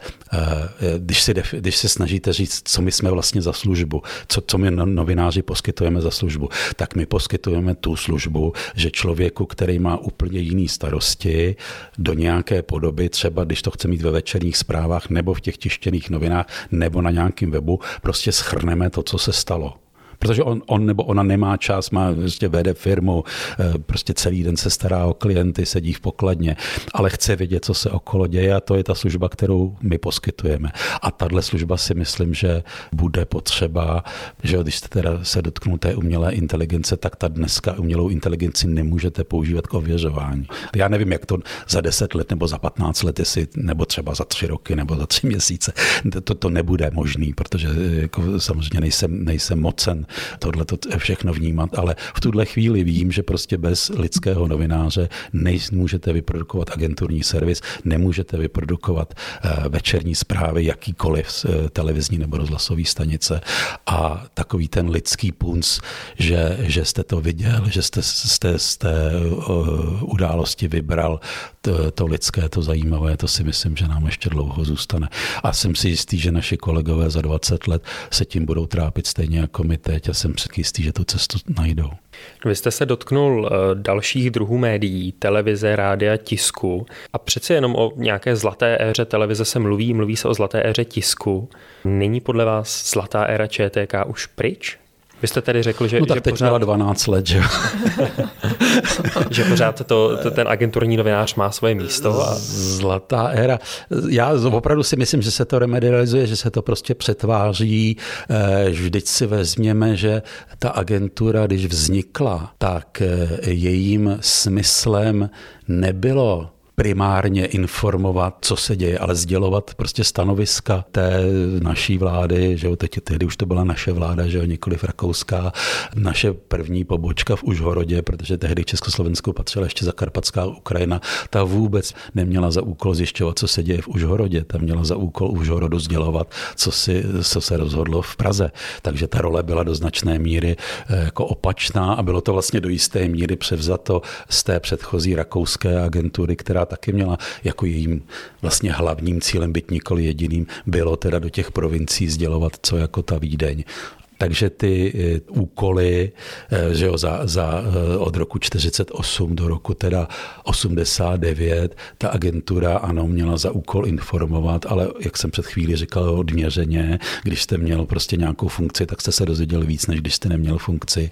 když se snažíte říct, co my jsme vlastně za službu, co my novináři poskytujeme za službu, tak my poskytujeme tu službu, že člověku, který má úplně jiný starosti, do nějaké podoby, třeba když to chce mít ve večerních zprávách nebo v těch tištěných novinách nebo na nějakém webu, prostě shrneme to, co se stalo. Protože on nebo ona nemá čas, má prostě vede firmu, prostě celý den se stará o klienty, sedí v pokladně, ale chce vědět, co se okolo děje a to je ta služba, kterou my poskytujeme. A tahle služba si myslím, že bude potřeba, že když jste teda se dotknou té umělé inteligence, tak ta dneska umělou inteligenci nemůžete používat k ověřování. Já nevím, jak to za 10 let nebo za 15 let, jestli, nebo třeba za 3 roky nebo za 3 měsíce. To nebude možný, protože jako samozřejmě nejsem mocen tohleto všechno vnímat, ale v tuhle chvíli vím, že prostě bez lidského novináře nemůžete vyprodukovat agenturní servis, nemůžete vyprodukovat večerní zprávy, jakýkoliv televizní nebo rozhlasový stanice a takový ten lidský punc, že jste to viděl, že jste z té události vybral to lidské, to zajímavé, to si myslím, že nám ještě dlouho zůstane. A jsem si jistý, že naši kolegové za 20 let se tím budou trápit stejně jako my teď a jsem si jistý, že tu cestu najdou. Vy jste se dotknul dalších druhů médií, televize, rádia, tisku a přece jenom o nějaké zlaté éře televize se mluví se o zlaté éře tisku. Není podle vás zlatá éra ČTK už pryč? Vy jste tady řekl, že... No tak že teď pořád... měla 12 let, že jo? Že pořád ten agenturní novinář má svoje místo. A... Zlatá éra. Já opravdu si myslím, že se to remedializuje, že se to prostě přetváří. Vždyť si vezměme, že ta agentura, když vznikla, tak jejím smyslem nebylo primárně informovat, co se děje, ale sdělovat prostě stanoviska té naší vlády, že jo, tehdy už to byla naše vláda, že jo, nikoliv rakouská, naše první pobočka v Užhorodě, protože tehdy Československu patřila ještě Zakarpatská Ukrajina, ta vůbec neměla za úkol zjišťovat, co se děje v Užhorodě, ta měla za úkol Užhorodu sdělovat, co se rozhodlo v Praze. Takže ta role byla do značné míry jako opačná a bylo to vlastně do jisté míry převzato z té předchozí rakouské agentury, která taky měla jako jejím vlastně hlavním cílem, byť nikoli jediným, bylo teda do těch provincií sdělovat, co jako ta Vídeň. Takže ty úkoly, že jo, od roku 48 do roku teda 89, ta agentura ano, měla za úkol informovat, ale jak jsem před chvíli říkal, odměřeně, když jste měl prostě nějakou funkci, tak jste se dozvěděli víc, než když jste neměl funkci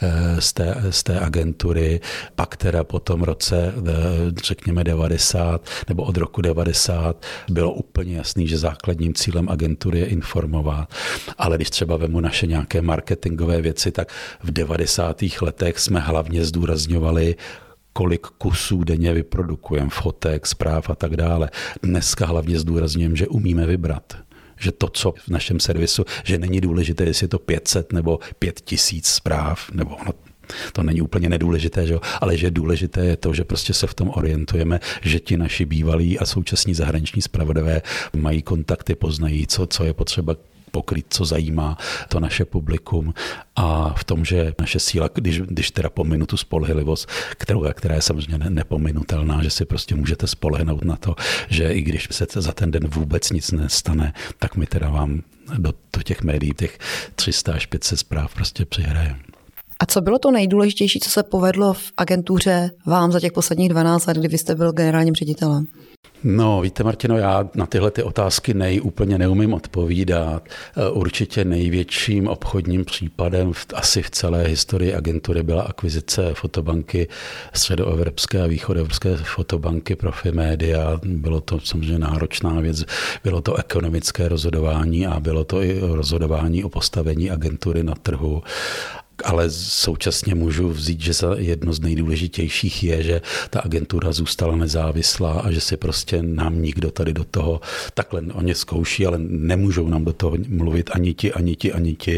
z té agentury. Pak teda po tom roce, řekněme 90, nebo od roku 90, bylo úplně jasný, že základním cílem agentury je informovat. Ale když třeba vemu naše nějaké marketingové věci, tak v 90. letech jsme hlavně zdůrazňovali, kolik kusů denně vyprodukujeme, fotek, zpráv a tak dále. Dneska hlavně zdůrazňujeme, že umíme vybrat. Že to, co v našem servisu, že není důležité, jestli je to 500 nebo 5000 zpráv, nebo to není úplně nedůležité, že? Ale že důležité je to, že prostě se v tom orientujeme, že ti naši bývalí a současní zahraniční zpravodajové mají kontakty, poznají, co je potřeba pokryt, co zajímá to naše publikum a v tom, že naše síla, když teda pominu tu spolehlivost, která je samozřejmě nepominutelná, že si prostě můžete spolehnout na to, že i když se za ten den vůbec nic nestane, tak my teda vám do těch médií, těch 300 až 500 zpráv prostě přihrajeme. A co bylo to nejdůležitější, co se povedlo v agentuře vám za těch posledních 12 let, kdy vy jste byl generálním ředitelem? No, víte, Martino, já na tyhle ty otázky úplně neumím odpovídat. Určitě největším obchodním případem asi v celé historii agentury byla akvizice fotobanky středoevropské a východoevropské fotobanky Profimedia. Bylo to samozřejmě náročná věc, bylo to ekonomické rozhodování a bylo to i rozhodování o postavení agentury na trhu. Ale současně můžu vzít, že za jedno z nejdůležitějších je, že ta agentura zůstala nezávislá a že si prostě nám nikdo tady do toho takhle oni zkouší, ale nemůžou nám do toho mluvit ani ti.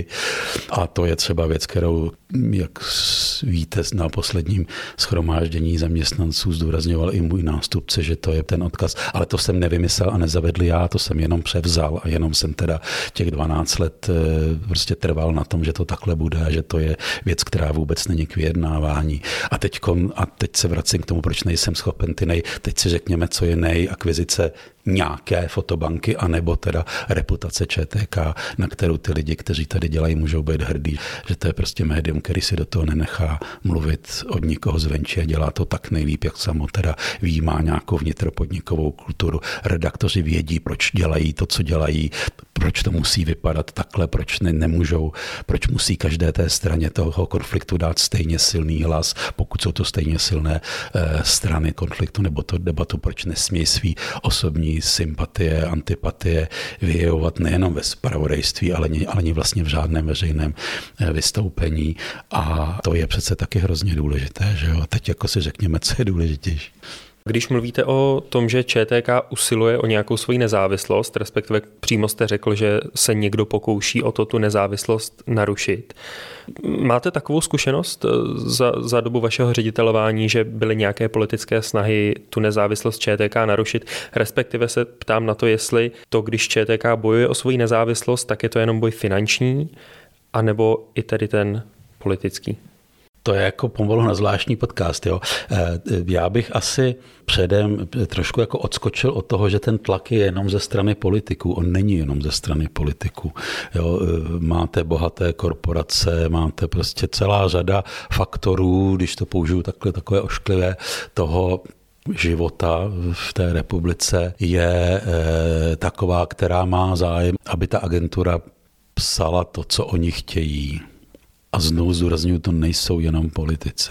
A to je třeba věc, kterou, jak víte, na posledním shromáždění zaměstnanců zdůrazňoval i můj nástupce, že to je ten odkaz. Ale to jsem nevymyslel a nezavedl já, to jsem jenom převzal a jenom jsem teda těch 12 let prostě trval na tom, že to takhle bude a že to je věc, která vůbec není k vyjednávání. A teď se vracím k tomu, proč nejsem schopen teď si řekněme, co je akvizice nějaké fotobanky, anebo teda reputace ČTK, na kterou ty lidi, kteří tady dělají, můžou být hrdí, že to je prostě médium, který si do toho nenechá mluvit od nikoho zvenčí a dělá to tak nejlíp, jak samo teda ví, má nějakou vnitropodnikovou kulturu. Redaktoři vědí, proč dělají to, co dělají, proč to musí vypadat takhle, proč nemůžou, proč musí každé té straně toho konfliktu dát stejně silný hlas, pokud jsou to stejně silné strany konfliktu nebo to debatu, proč nesmějí svý osobní sympatie, antipatie vyjevovat nejenom ve zpravodajství, ale ani vlastně v žádném veřejném vystoupení. A to je přece taky hrozně důležité, že jo? A teď jako si řekněme, co je důležitější. Když mluvíte o tom, že ČTK usiluje o nějakou svoji nezávislost, respektive přímo jste řekl, že se někdo pokouší o to tu nezávislost narušit. Máte takovou zkušenost za dobu vašeho ředitelování, že byly nějaké politické snahy tu nezávislost ČTK narušit? Respektive se ptám na to, jestli to, když ČTK bojuje o svoji nezávislost, tak je to jenom boj finanční, anebo i tedy ten politický? To je jako pomalu na zvláštní podcast. Jo. Já bych asi předem trošku jako odskočil od toho, že ten tlak je jenom ze strany politiků. On není jenom ze strany politiků. Jo. Máte bohaté korporace, máte prostě celá řada faktorů, když to použiju takové ošklivé, toho života v té republice je taková, která má zájem, aby ta agentura psala to, co oni chtějí. A znovu zdůrazňuji, to nejsou jenom politici.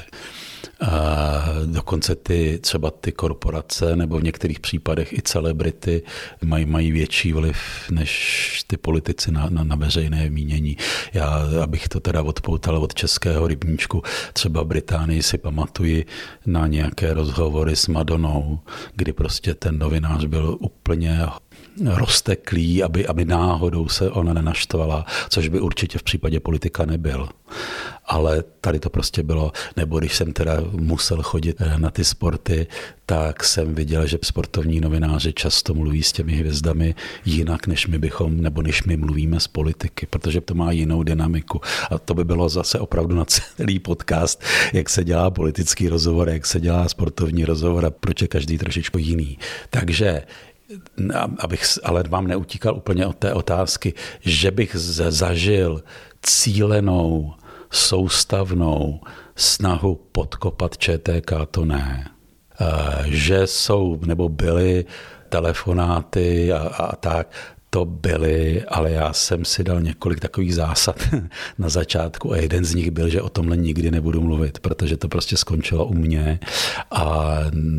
Dokonce třeba ty korporace nebo v některých případech i celebrity mají větší vliv než ty politici na veřejné mínění. Já, abych to teda odpoutal od českého rybníčku, třeba v Británii si pamatuji na nějaké rozhovory s Madonou, kdy prostě ten novinář byl úplně rozteklý, aby náhodou se ona nenaštvala, což by určitě v případě politika nebyl. Ale tady to prostě bylo, nebo když jsem teda musel chodit na ty sporty, tak jsem viděl, že sportovní novináři často mluví s těmi hvězdami jinak, než my mluvíme z politiky, protože to má jinou dynamiku. A to by bylo zase opravdu na celý podcast, jak se dělá politický rozhovor, jak se dělá sportovní rozhovor a proč je každý trošičku jiný. Takže abych ale vám neutíkal úplně od té otázky, že bych zažil cílenou, soustavnou snahu podkopat ČTK, to ne. Že jsou nebo byly telefonáty a tak, to byly, ale já jsem si dal několik takových zásad na začátku a jeden z nich byl, že o tomhle nikdy nebudu mluvit, protože to prostě skončilo u mě a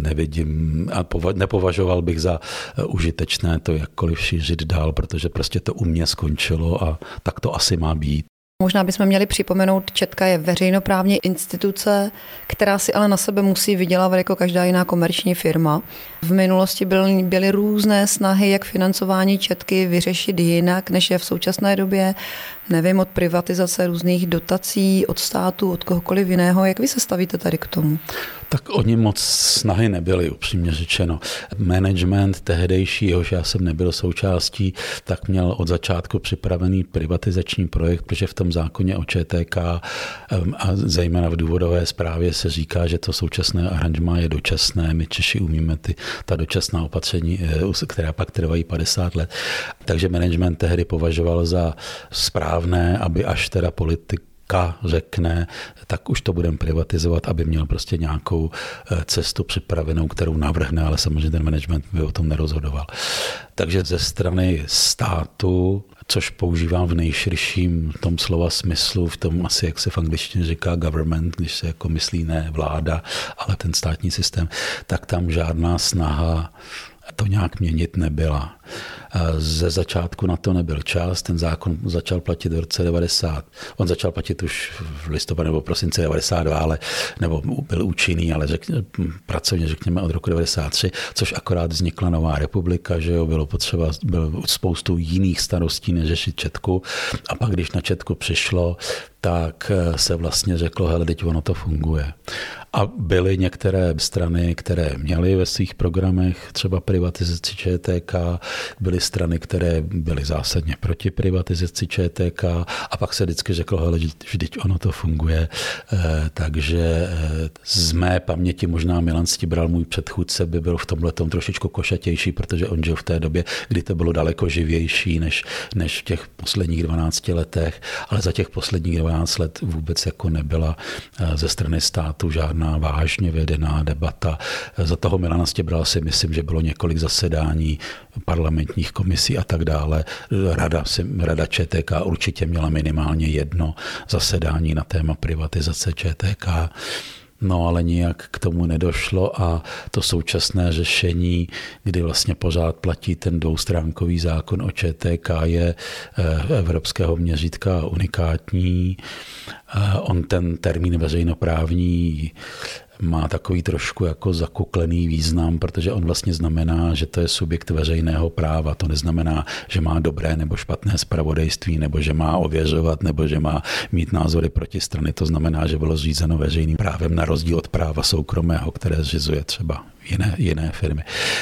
nepovažoval bych za užitečné to jakkoliv šířit dál, protože prostě to u mě skončilo a tak to asi má být. Možná bychom měli připomenout, Četka je veřejnoprávní instituce, která si ale na sebe musí vydělávat jako každá jiná komerční firma. V minulosti byly různé snahy, jak financování Četky vyřešit jinak, než je v současné době. Nevím, od privatizace různých dotací, od státu, od kohokoliv jiného. Jak vy se stavíte tady k tomu? Tak oni moc snahy nebyly, upřímně řečeno. Management tehdejší, jehož já jsem nebyl součástí, tak měl od začátku připravený privatizační projekt, protože v tom zákoně o ČTK a zejména v důvodové zprávě se říká, že to současné aranžmá je dočasné. My Češi umíme ta dočasná opatření, která pak trvají 50 let. Takže management tehdy považoval za správné, aby až teda politika řekne, tak už to budeme privatizovat, aby měl prostě nějakou cestu připravenou, kterou navrhne, ale samozřejmě ten management by o tom nerozhodoval. Takže ze strany státu, což používám v nejširším tom slova smyslu, v tom asi, jak se v angličtině říká government, když se jako myslí ne vláda, ale ten státní systém, tak tam žádná snaha to nějak měnit nebyla. Ze začátku na to nebyl čas, ten zákon začal platit v roce 90. On začal platit už v listopadu nebo prosince 92, nebo byl účinný, ale pracovně řekněme od roku 93, což akorát vznikla nová republika, že jo, bylo spoustu jiných starostí neřešit Četku. A pak, když na Četku přišlo, tak se vlastně řeklo, hele, teď ono to funguje. A byly některé strany, které měly ve svých programech třeba privatizaci ČTK, byly strany, které byly zásadně proti privatizaci ČTK a pak se vždycky řeklo, hele, vždyť ono to funguje. Takže z mé paměti možná Milan Stibral, můj předchůdce, by byl v tomhletom trošičku košatější, protože on žil v té době, kdy to bylo daleko živější než v těch posledních 12 letech, ale za těch posledních 12 let vůbec jako nebyla ze strany státu žádná vážně vedená debata. Za toho Milana Stěbrala si myslím, že bylo několik zasedání parlamentních komisí a tak dále. Rada ČTK určitě měla minimálně jedno zasedání na téma privatizace ČTK. No ale nijak k tomu nedošlo a to současné řešení, kdy vlastně pořád platí ten dvoustránkový zákon o ČTK, je evropského měřítka unikátní. On ten termín veřejnoprávní má takový trošku jako zakuklený význam, protože on vlastně znamená, že to je subjekt veřejného práva. To neznamená, že má dobré nebo špatné zpravodajství, nebo že má ověřovat, nebo že má mít názory proti strany. To znamená, že bylo zřízeno veřejným právem na rozdíl od práva soukromého, které zřizuje třeba jiné firmy.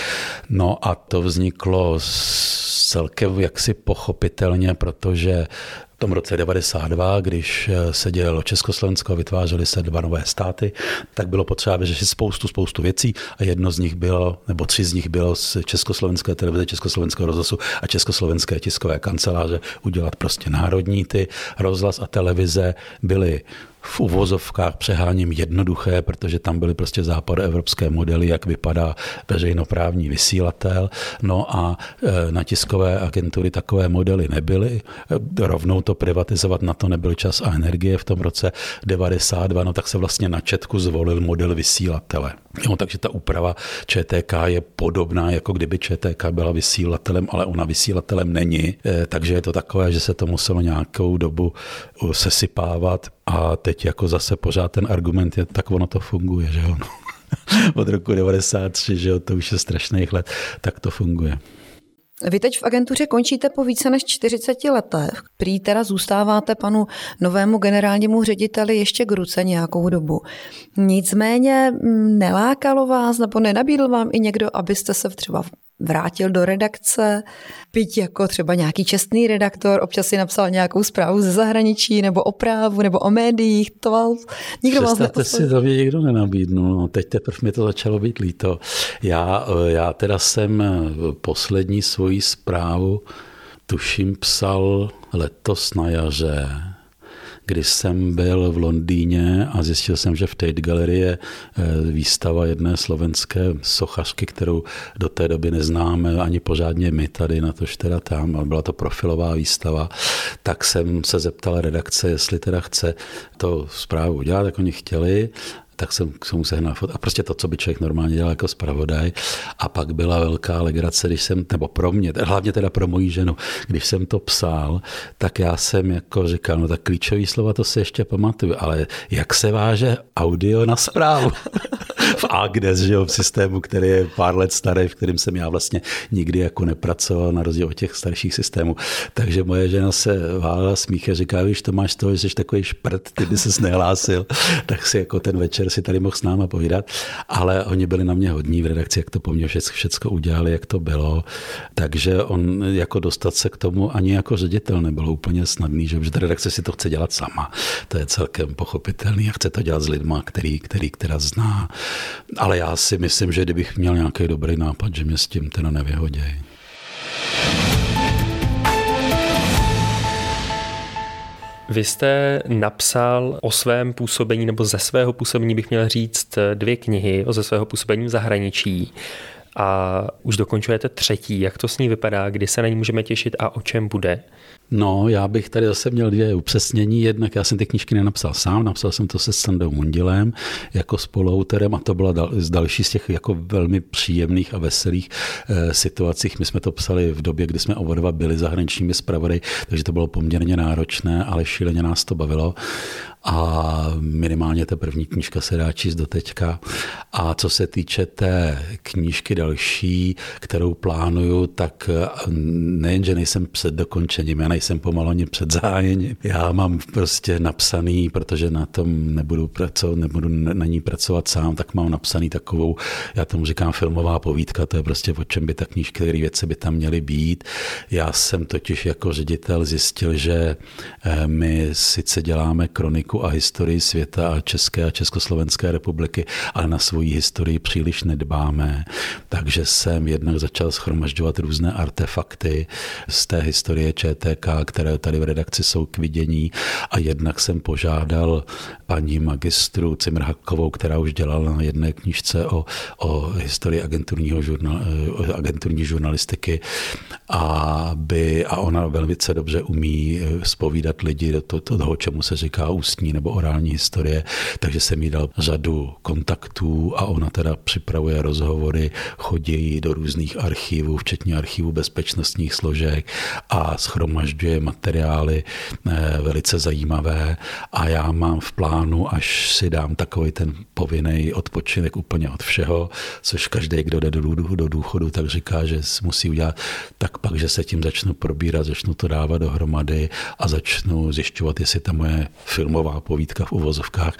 No a to vzniklo celkem jaksi pochopitelně, protože v tom roce 92, když se dělalo Československo a vytvářely se 2 nové státy, tak bylo potřeba vyřešit spoustu věcí a jedno z nich bylo, nebo 3 z nich bylo z Československé televize, Československého rozhlasu a Československé tiskové kanceláře udělat prostě národní. Ty rozhlas a televize byly v uvozovkách přeháním jednoduché, protože tam byly prostě západoevropské modely, jak vypadá veřejnoprávní vysílatel. No a na tiskové agentury takové modely nebyly. Rovnou to privatizovat, na to nebyl čas a energie v tom roce 92, no tak se vlastně na Četku zvolil model vysílatele. No, takže ta úprava ČTK je podobná, jako kdyby ČTK byla vysílatelem, ale ona vysílatelem není. Takže je to takové, že se to muselo nějakou dobu sesypávat a teď jako zase pořád ten argument je, tak ono to funguje, že jo. Od roku 93, že jo, to už je strašných let, tak to funguje. Vy teď v agentuře končíte po více než 40 letech. Prý teda zůstáváte panu novému generálnímu řediteli ještě k ruce nějakou dobu. Nicméně nelákalo vás nebo nenabídl vám i někdo, abyste se třeba vrátil do redakce, byť jako třeba nějaký čestný redaktor, občas si napsal nějakou zprávu ze zahraničí, nebo o právu, nebo o médiích, to vás nikdo vás neposlal. Si to mě nikdo nenabídnul, no, teď teprve mi to začalo být líto. Já teda jsem poslední svoji zprávu, tuším, psal letos na jaře, když jsem byl v Londýně a zjistil jsem, že v Tate Gallery je výstava jedné slovenské sochařky, kterou do té doby neznáme ani pořádně my tady, natož teda tam, ale byla to profilová výstava, tak jsem se zeptal redakce, jestli teda chce to zprávu udělat, jak oni chtěli. Tak jsem mu sehnal fot. A prostě to, co by člověk normálně dělal jako zpravodaj. A pak byla velká legrace, když jsem, nebo pro mě, hlavně teda pro moji ženu, když jsem to psal, tak já jsem jako říkal, no tak klíčový slova to si ještě pamatuju, ale jak se váže audio na zprávu? V Agnes, že jo, v systému, který je pár let starý, v kterém jsem já vlastně nikdy jako nepracoval, na rozdíl od těch starších systémů. Takže moje žena se válela smích a říká, víš, to máš toho, že jsi takový šprt, ty by ses nehlásil, tak si jako ten večer si tady mohl s náma povídat, ale oni byli na mě hodní v redakci, jak to po mně všecko udělali, jak to bylo, takže on jako dostat se k tomu ani jako ředitel nebylo úplně snadný, že ta redakce si to chce dělat sama, to je celkem pochopitelný a chce to dělat s lidma, která zná, ale já si myslím, že kdybych měl nějaký dobrý nápad, že mě s tím teda nevyhodějí. Vy jste napsal o svém působení, nebo ze svého působení bych měl říct 2 knihy, ze svého působení v zahraničí. A už dokončujete 3. Jak to s ní vypadá, kdy se na ní můžeme těšit a o čem bude? No, já bych tady zase měl 2 upřesnění. Jednak já jsem ty knížky nenapsal sám, napsal jsem to se Standou Mundilem jako spoluautorem a to byla další z těch jako velmi příjemných a veselých situacích. My jsme to psali v době, kdy jsme oba dva byli zahraničními zpravodaji, takže to bylo poměrně náročné, ale šíleně nás to bavilo. A minimálně ta první knížka se dá číst do teďka. A co se týče té knížky další, kterou plánuju, tak nejen, že nejsem před dokončením, já nejsem pomalu ani předzájeň. Já mám prostě napsaný, protože na tom nebudu na ní pracovat sám, tak mám napsaný takovou, já tomu říkám filmová povídka, to je prostě o čem by ta knížka, které věci by tam měly být. Já jsem totiž jako ředitel zjistil, že my sice děláme kroniku a historii světa a České a Československé republiky, ale na svoji historii příliš nedbáme. Takže jsem jednak začal shromažďovat různé artefakty z té historie ČTK, které tady v redakci jsou k vidění, a jednak jsem požádal paní magistru Cimrhakovou, která už dělala na jedné knížce o historii agenturní žurnalistiky, a ona velice dobře umí zpovídat lidi do toho, čemu se říká ústní nebo orální historie, takže jsem jí dal řadu kontaktů a ona teda připravuje rozhovory, chodí do různých archivů, včetně archivů bezpečnostních složek, a shromažďuje materiály velice zajímavé, a já mám v plánu, až si dám takový ten povinný odpočinek úplně od všeho, což každý, kdo jde do důchodu, tak říká, že musí udělat, tak pak, že se tím začnu probírat, začnu to dávat dohromady a začnu zjišťovat, jestli ta moje filmová povídka v uvozovkách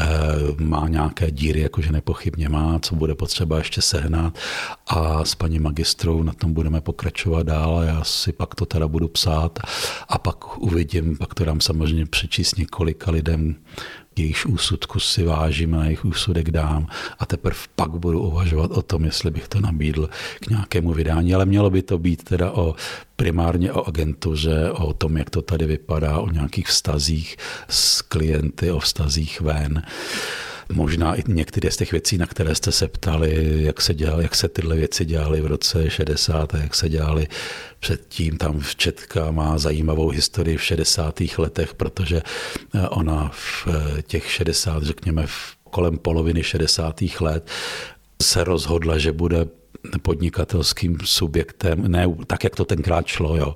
má nějaké díry, jakože nepochybně má, co bude potřeba ještě sehnat, a s paní magistrou na tom budeme pokračovat dál a já si pak to teda budu psát a pak uvidím, pak to dám samozřejmě přečíst několika lidem, jejich úsudku si vážím a jejich úsudek dám, a teprve pak budu uvažovat o tom, jestli bych to nabídl k nějakému vydání, ale mělo by to být teda primárně o agentuře, o tom, jak to tady vypadá, o nějakých vztazích s klienty, o vztazích ven. Možná i některé z těch věcí, na které jste se ptali, jak se tyhle věci dělaly v roce 60 a jak se dělaly předtím. Tam Četka má zajímavou historii v 60. letech, protože ona v těch 60, řekněme kolem poloviny 60. let se rozhodla, že bude podnikatelským subjektem, ne tak, jak to tenkrát šlo, jo.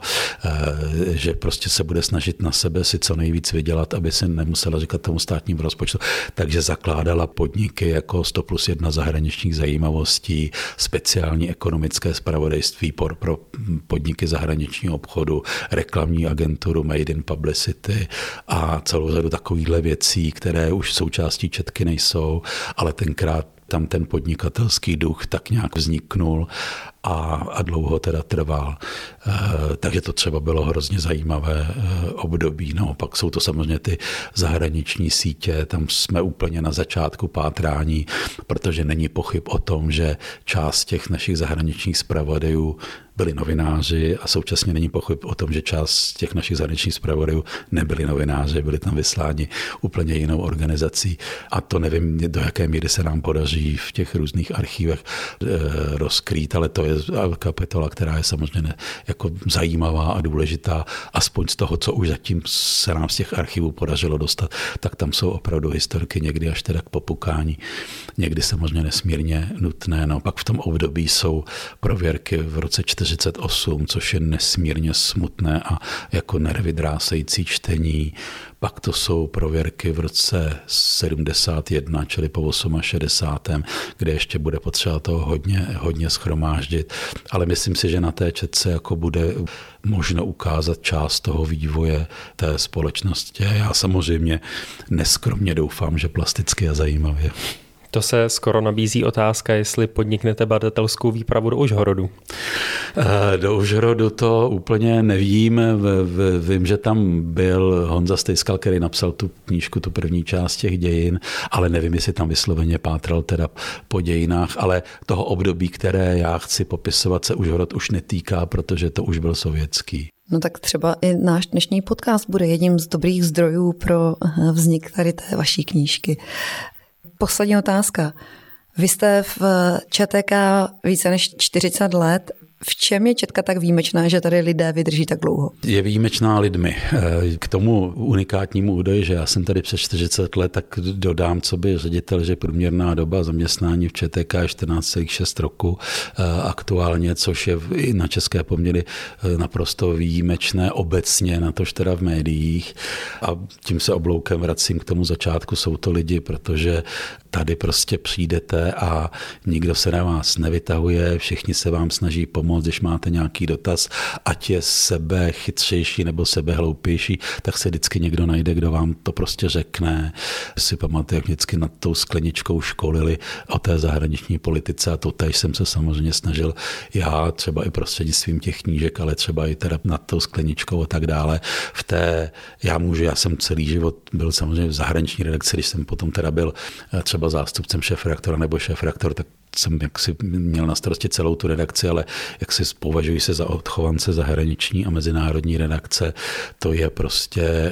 Že prostě se bude snažit na sebe si co nejvíc vydělat, aby si nemusela říkat tomu státnímu rozpočtu. Takže zakládala podniky jako 100+1 zahraničních zajímavostí, speciální ekonomické zpravodajství pro podniky zahraničního obchodu, reklamní agenturu Made in Publicity a celou řadu takovýchhle věcí, které už součástí Četky nejsou, ale tenkrát tam ten podnikatelský duch tak nějak vzniknul a dlouho teda trval. Takže to třeba bylo hrozně zajímavé období. No, pak jsou to samozřejmě ty zahraniční sítě, tam jsme úplně na začátku pátrání, protože není pochyb o tom, že část těch našich zahraničních zpravodajů byli novináři a současně není pochyb o tom, že část těch našich zahraničních zpravodajů nebyli novináři, byli tam vysláni úplně jinou organizací, a to nevím, do jaké míry se nám podaří v těch různých archivech rozkrýt, ale to je kapitola, která je samozřejmě jako zajímavá a důležitá, aspoň z toho, co už zatím se nám z těch archivů podařilo dostat, tak tam jsou opravdu historky někdy až teda k popukání, někdy samozřejmě nesmírně nutné. No, pak v tom období jsou prověrky v roce 48, což je nesmírně smutné a jako nervy drásající čtení. Pak to jsou prověrky v roce 71, čili po 68., kde ještě bude potřeba toho hodně shromáždit. Ale myslím si, že na té četce jako bude možno ukázat část toho vývoje té společnosti. Já samozřejmě neskromně doufám, že plasticky a zajímavě. To se skoro nabízí otázka, jestli podniknete badatelskou výpravu do Užhorodu. Do Užhorodu to úplně nevím. Vím, že tam byl Honza Stejskal, který napsal tu knížku, tu první část těch dějin, ale nevím, jestli tam vysloveně pátral teda po dějinách, ale toho období, které já chci popisovat, se Užhorod už netýká, protože to už byl sovětský. No tak třeba i náš dnešní podcast bude jedním z dobrých zdrojů pro vznik tady té vaší knížky. Poslední otázka. Vy jste v ČTK více než 40 let. V čem je Četka tak výjimečná, že tady lidé vydrží tak dlouho? Je výjimečná lidmi. K tomu unikátnímu údaji, že já jsem tady přes 40 let, tak dodám, co by ředitel, že průměrná doba zaměstnání v ČTK je 14,6 roku aktuálně, což je i na české poměry naprosto výjimečné obecně, natož teda v médiích. A tím se obloukem vracím k tomu začátku, jsou to lidi, protože tady prostě přijdete a nikdo se na vás nevytahuje, všichni se vám snaží pomoct, když máte nějaký dotaz, ať je sebe chytřejší nebo sebe hloupější, tak se vždycky někdo najde, kdo vám to prostě řekne. Si pamatuju, jak vždycky nad tou skleničkou školili o té zahraniční politice a to tady jsem se samozřejmě snažil já třeba i prostřednictvím těch knížek, ale třeba i teda nad tou skleničkou a tak dále. Já jsem celý život byl samozřejmě v zahraniční redakci, když jsem potom teda byl třeba zástupcem šéfredaktora nebo šéfredaktor, tak jsem jaksi měl na starosti celou tu redakci, ale jak si považuji se za odchovance zahraniční a mezinárodní redakce, to je prostě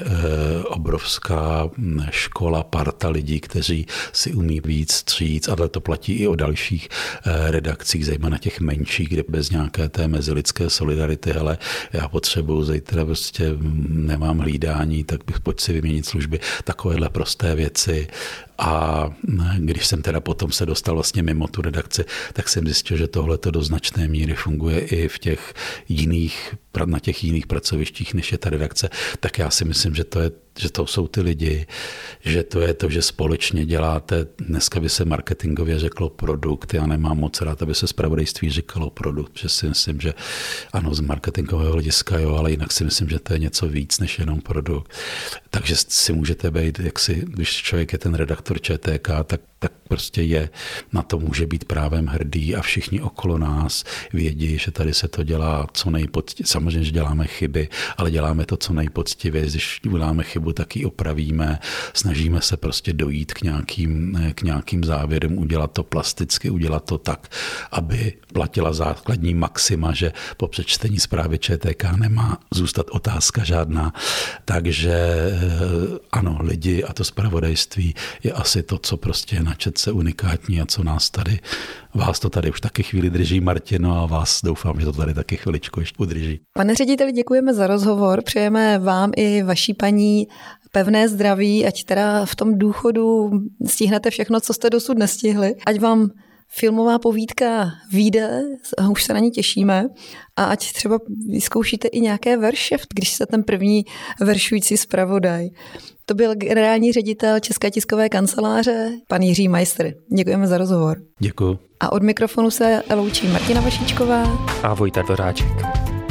obrovská škola, parta lidí, kteří si umí víc vstříc, ale to platí i o dalších redakcích, zejména těch menších, kde bez nějaké té mezilidské solidarity, ale já potřebuju zítra prostě nemám hlídání, tak bych pojď si vyměnit služby, takovéhle prosté věci. A když jsem teda potom se dostal vlastně mimo tu redakci, tak jsem zjistil, že tohle to do značné míry funguje i v těch na těch jiných pracovištích, než je ta redakce. Tak já si myslím, že to jsou ty lidi, že to je to, že společně děláte, dneska by se marketingově řeklo produkt, já nemám moc rád, aby se zpravodajství říkalo produkt, že si myslím, že ano, z marketingového hlediska jo, ale jinak si myslím, že to je něco víc než jenom produkt. Takže si můžete být, když člověk je ten redaktor ČTK, tak prostě na to může být právem hrdý a všichni okolo nás vědí, že tady se to dělá co nejpoctivěji. Samozřejmě, že děláme chyby, ale děláme to co nejpoctivěji. Když uděláme chybu, tak ji opravíme. Snažíme se prostě dojít k nějakým závěrům, udělat to plasticky, udělat to tak, aby platila základní maxima, že po přečtení zprávy ČTK nemá zůstat otázka žádná. Takže ano, lidi a to zpravodajství je asi to, co prostě je na četce unikátní a co vás to tady už taky chvíli drží, Martino, a vás doufám, že to tady taky chviličku ještě udrží. Pane řediteli, děkujeme za rozhovor, přejeme vám i vaší paní pevné zdraví, ať teda v tom důchodu stihnete všechno, co jste dosud nestihli, ať vám filmová povídka vyjde, už se na ní těšíme, a ať třeba vyzkoušíte i nějaké verše, když jste ten první veršující zpravodaj. To byl generální ředitel České tiskové kanceláře, pan Jiří Majstr. Děkujeme za rozhovor. Děkuji. A od mikrofonu se loučí Martina Vašíčková a Vojta Dvořáček.